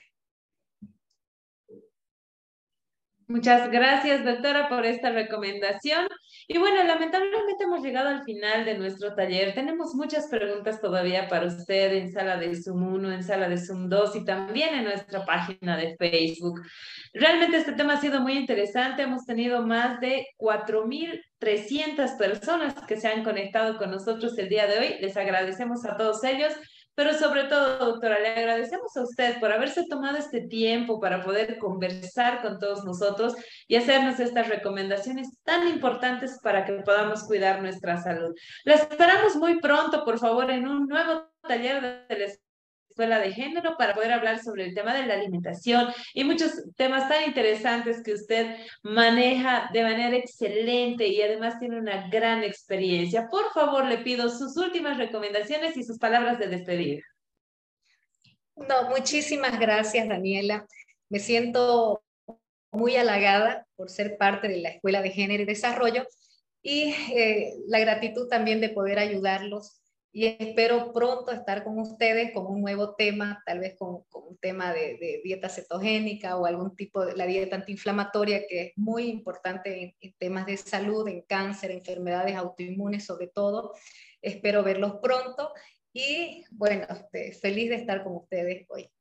Muchas gracias, doctora, por esta recomendación. Y bueno, lamentablemente hemos llegado al final de nuestro taller. Tenemos muchas preguntas todavía para usted en sala de Zoom 1, en sala de Zoom 2 y también en nuestra página de Facebook. Realmente este tema ha sido muy interesante. Hemos tenido más de 4.300 personas que se han conectado con nosotros el día de hoy. Les agradecemos a todos ellos. Pero sobre todo, doctora, le agradecemos a usted por haberse tomado este tiempo para poder conversar con todos nosotros y hacernos estas recomendaciones tan importantes para que podamos cuidar nuestra salud. La esperamos muy pronto, por favor, en un nuevo taller de la Escuela de Género para poder hablar sobre el tema de la alimentación y muchos temas tan interesantes que usted maneja de manera excelente y además tiene una gran experiencia. Por favor, le pido sus últimas recomendaciones y sus palabras de despedida. No, muchísimas gracias, Daniela. Me siento muy halagada por ser parte de la Escuela de Género y Desarrollo y la gratitud también de poder ayudarlos. Y espero pronto estar con ustedes con un nuevo tema, tal vez con un tema de dieta cetogénica o algún tipo de la dieta antiinflamatoria, que es muy importante en temas de salud, en cáncer, enfermedades autoinmunes sobre todo. Espero verlos pronto y bueno, feliz de estar con ustedes hoy.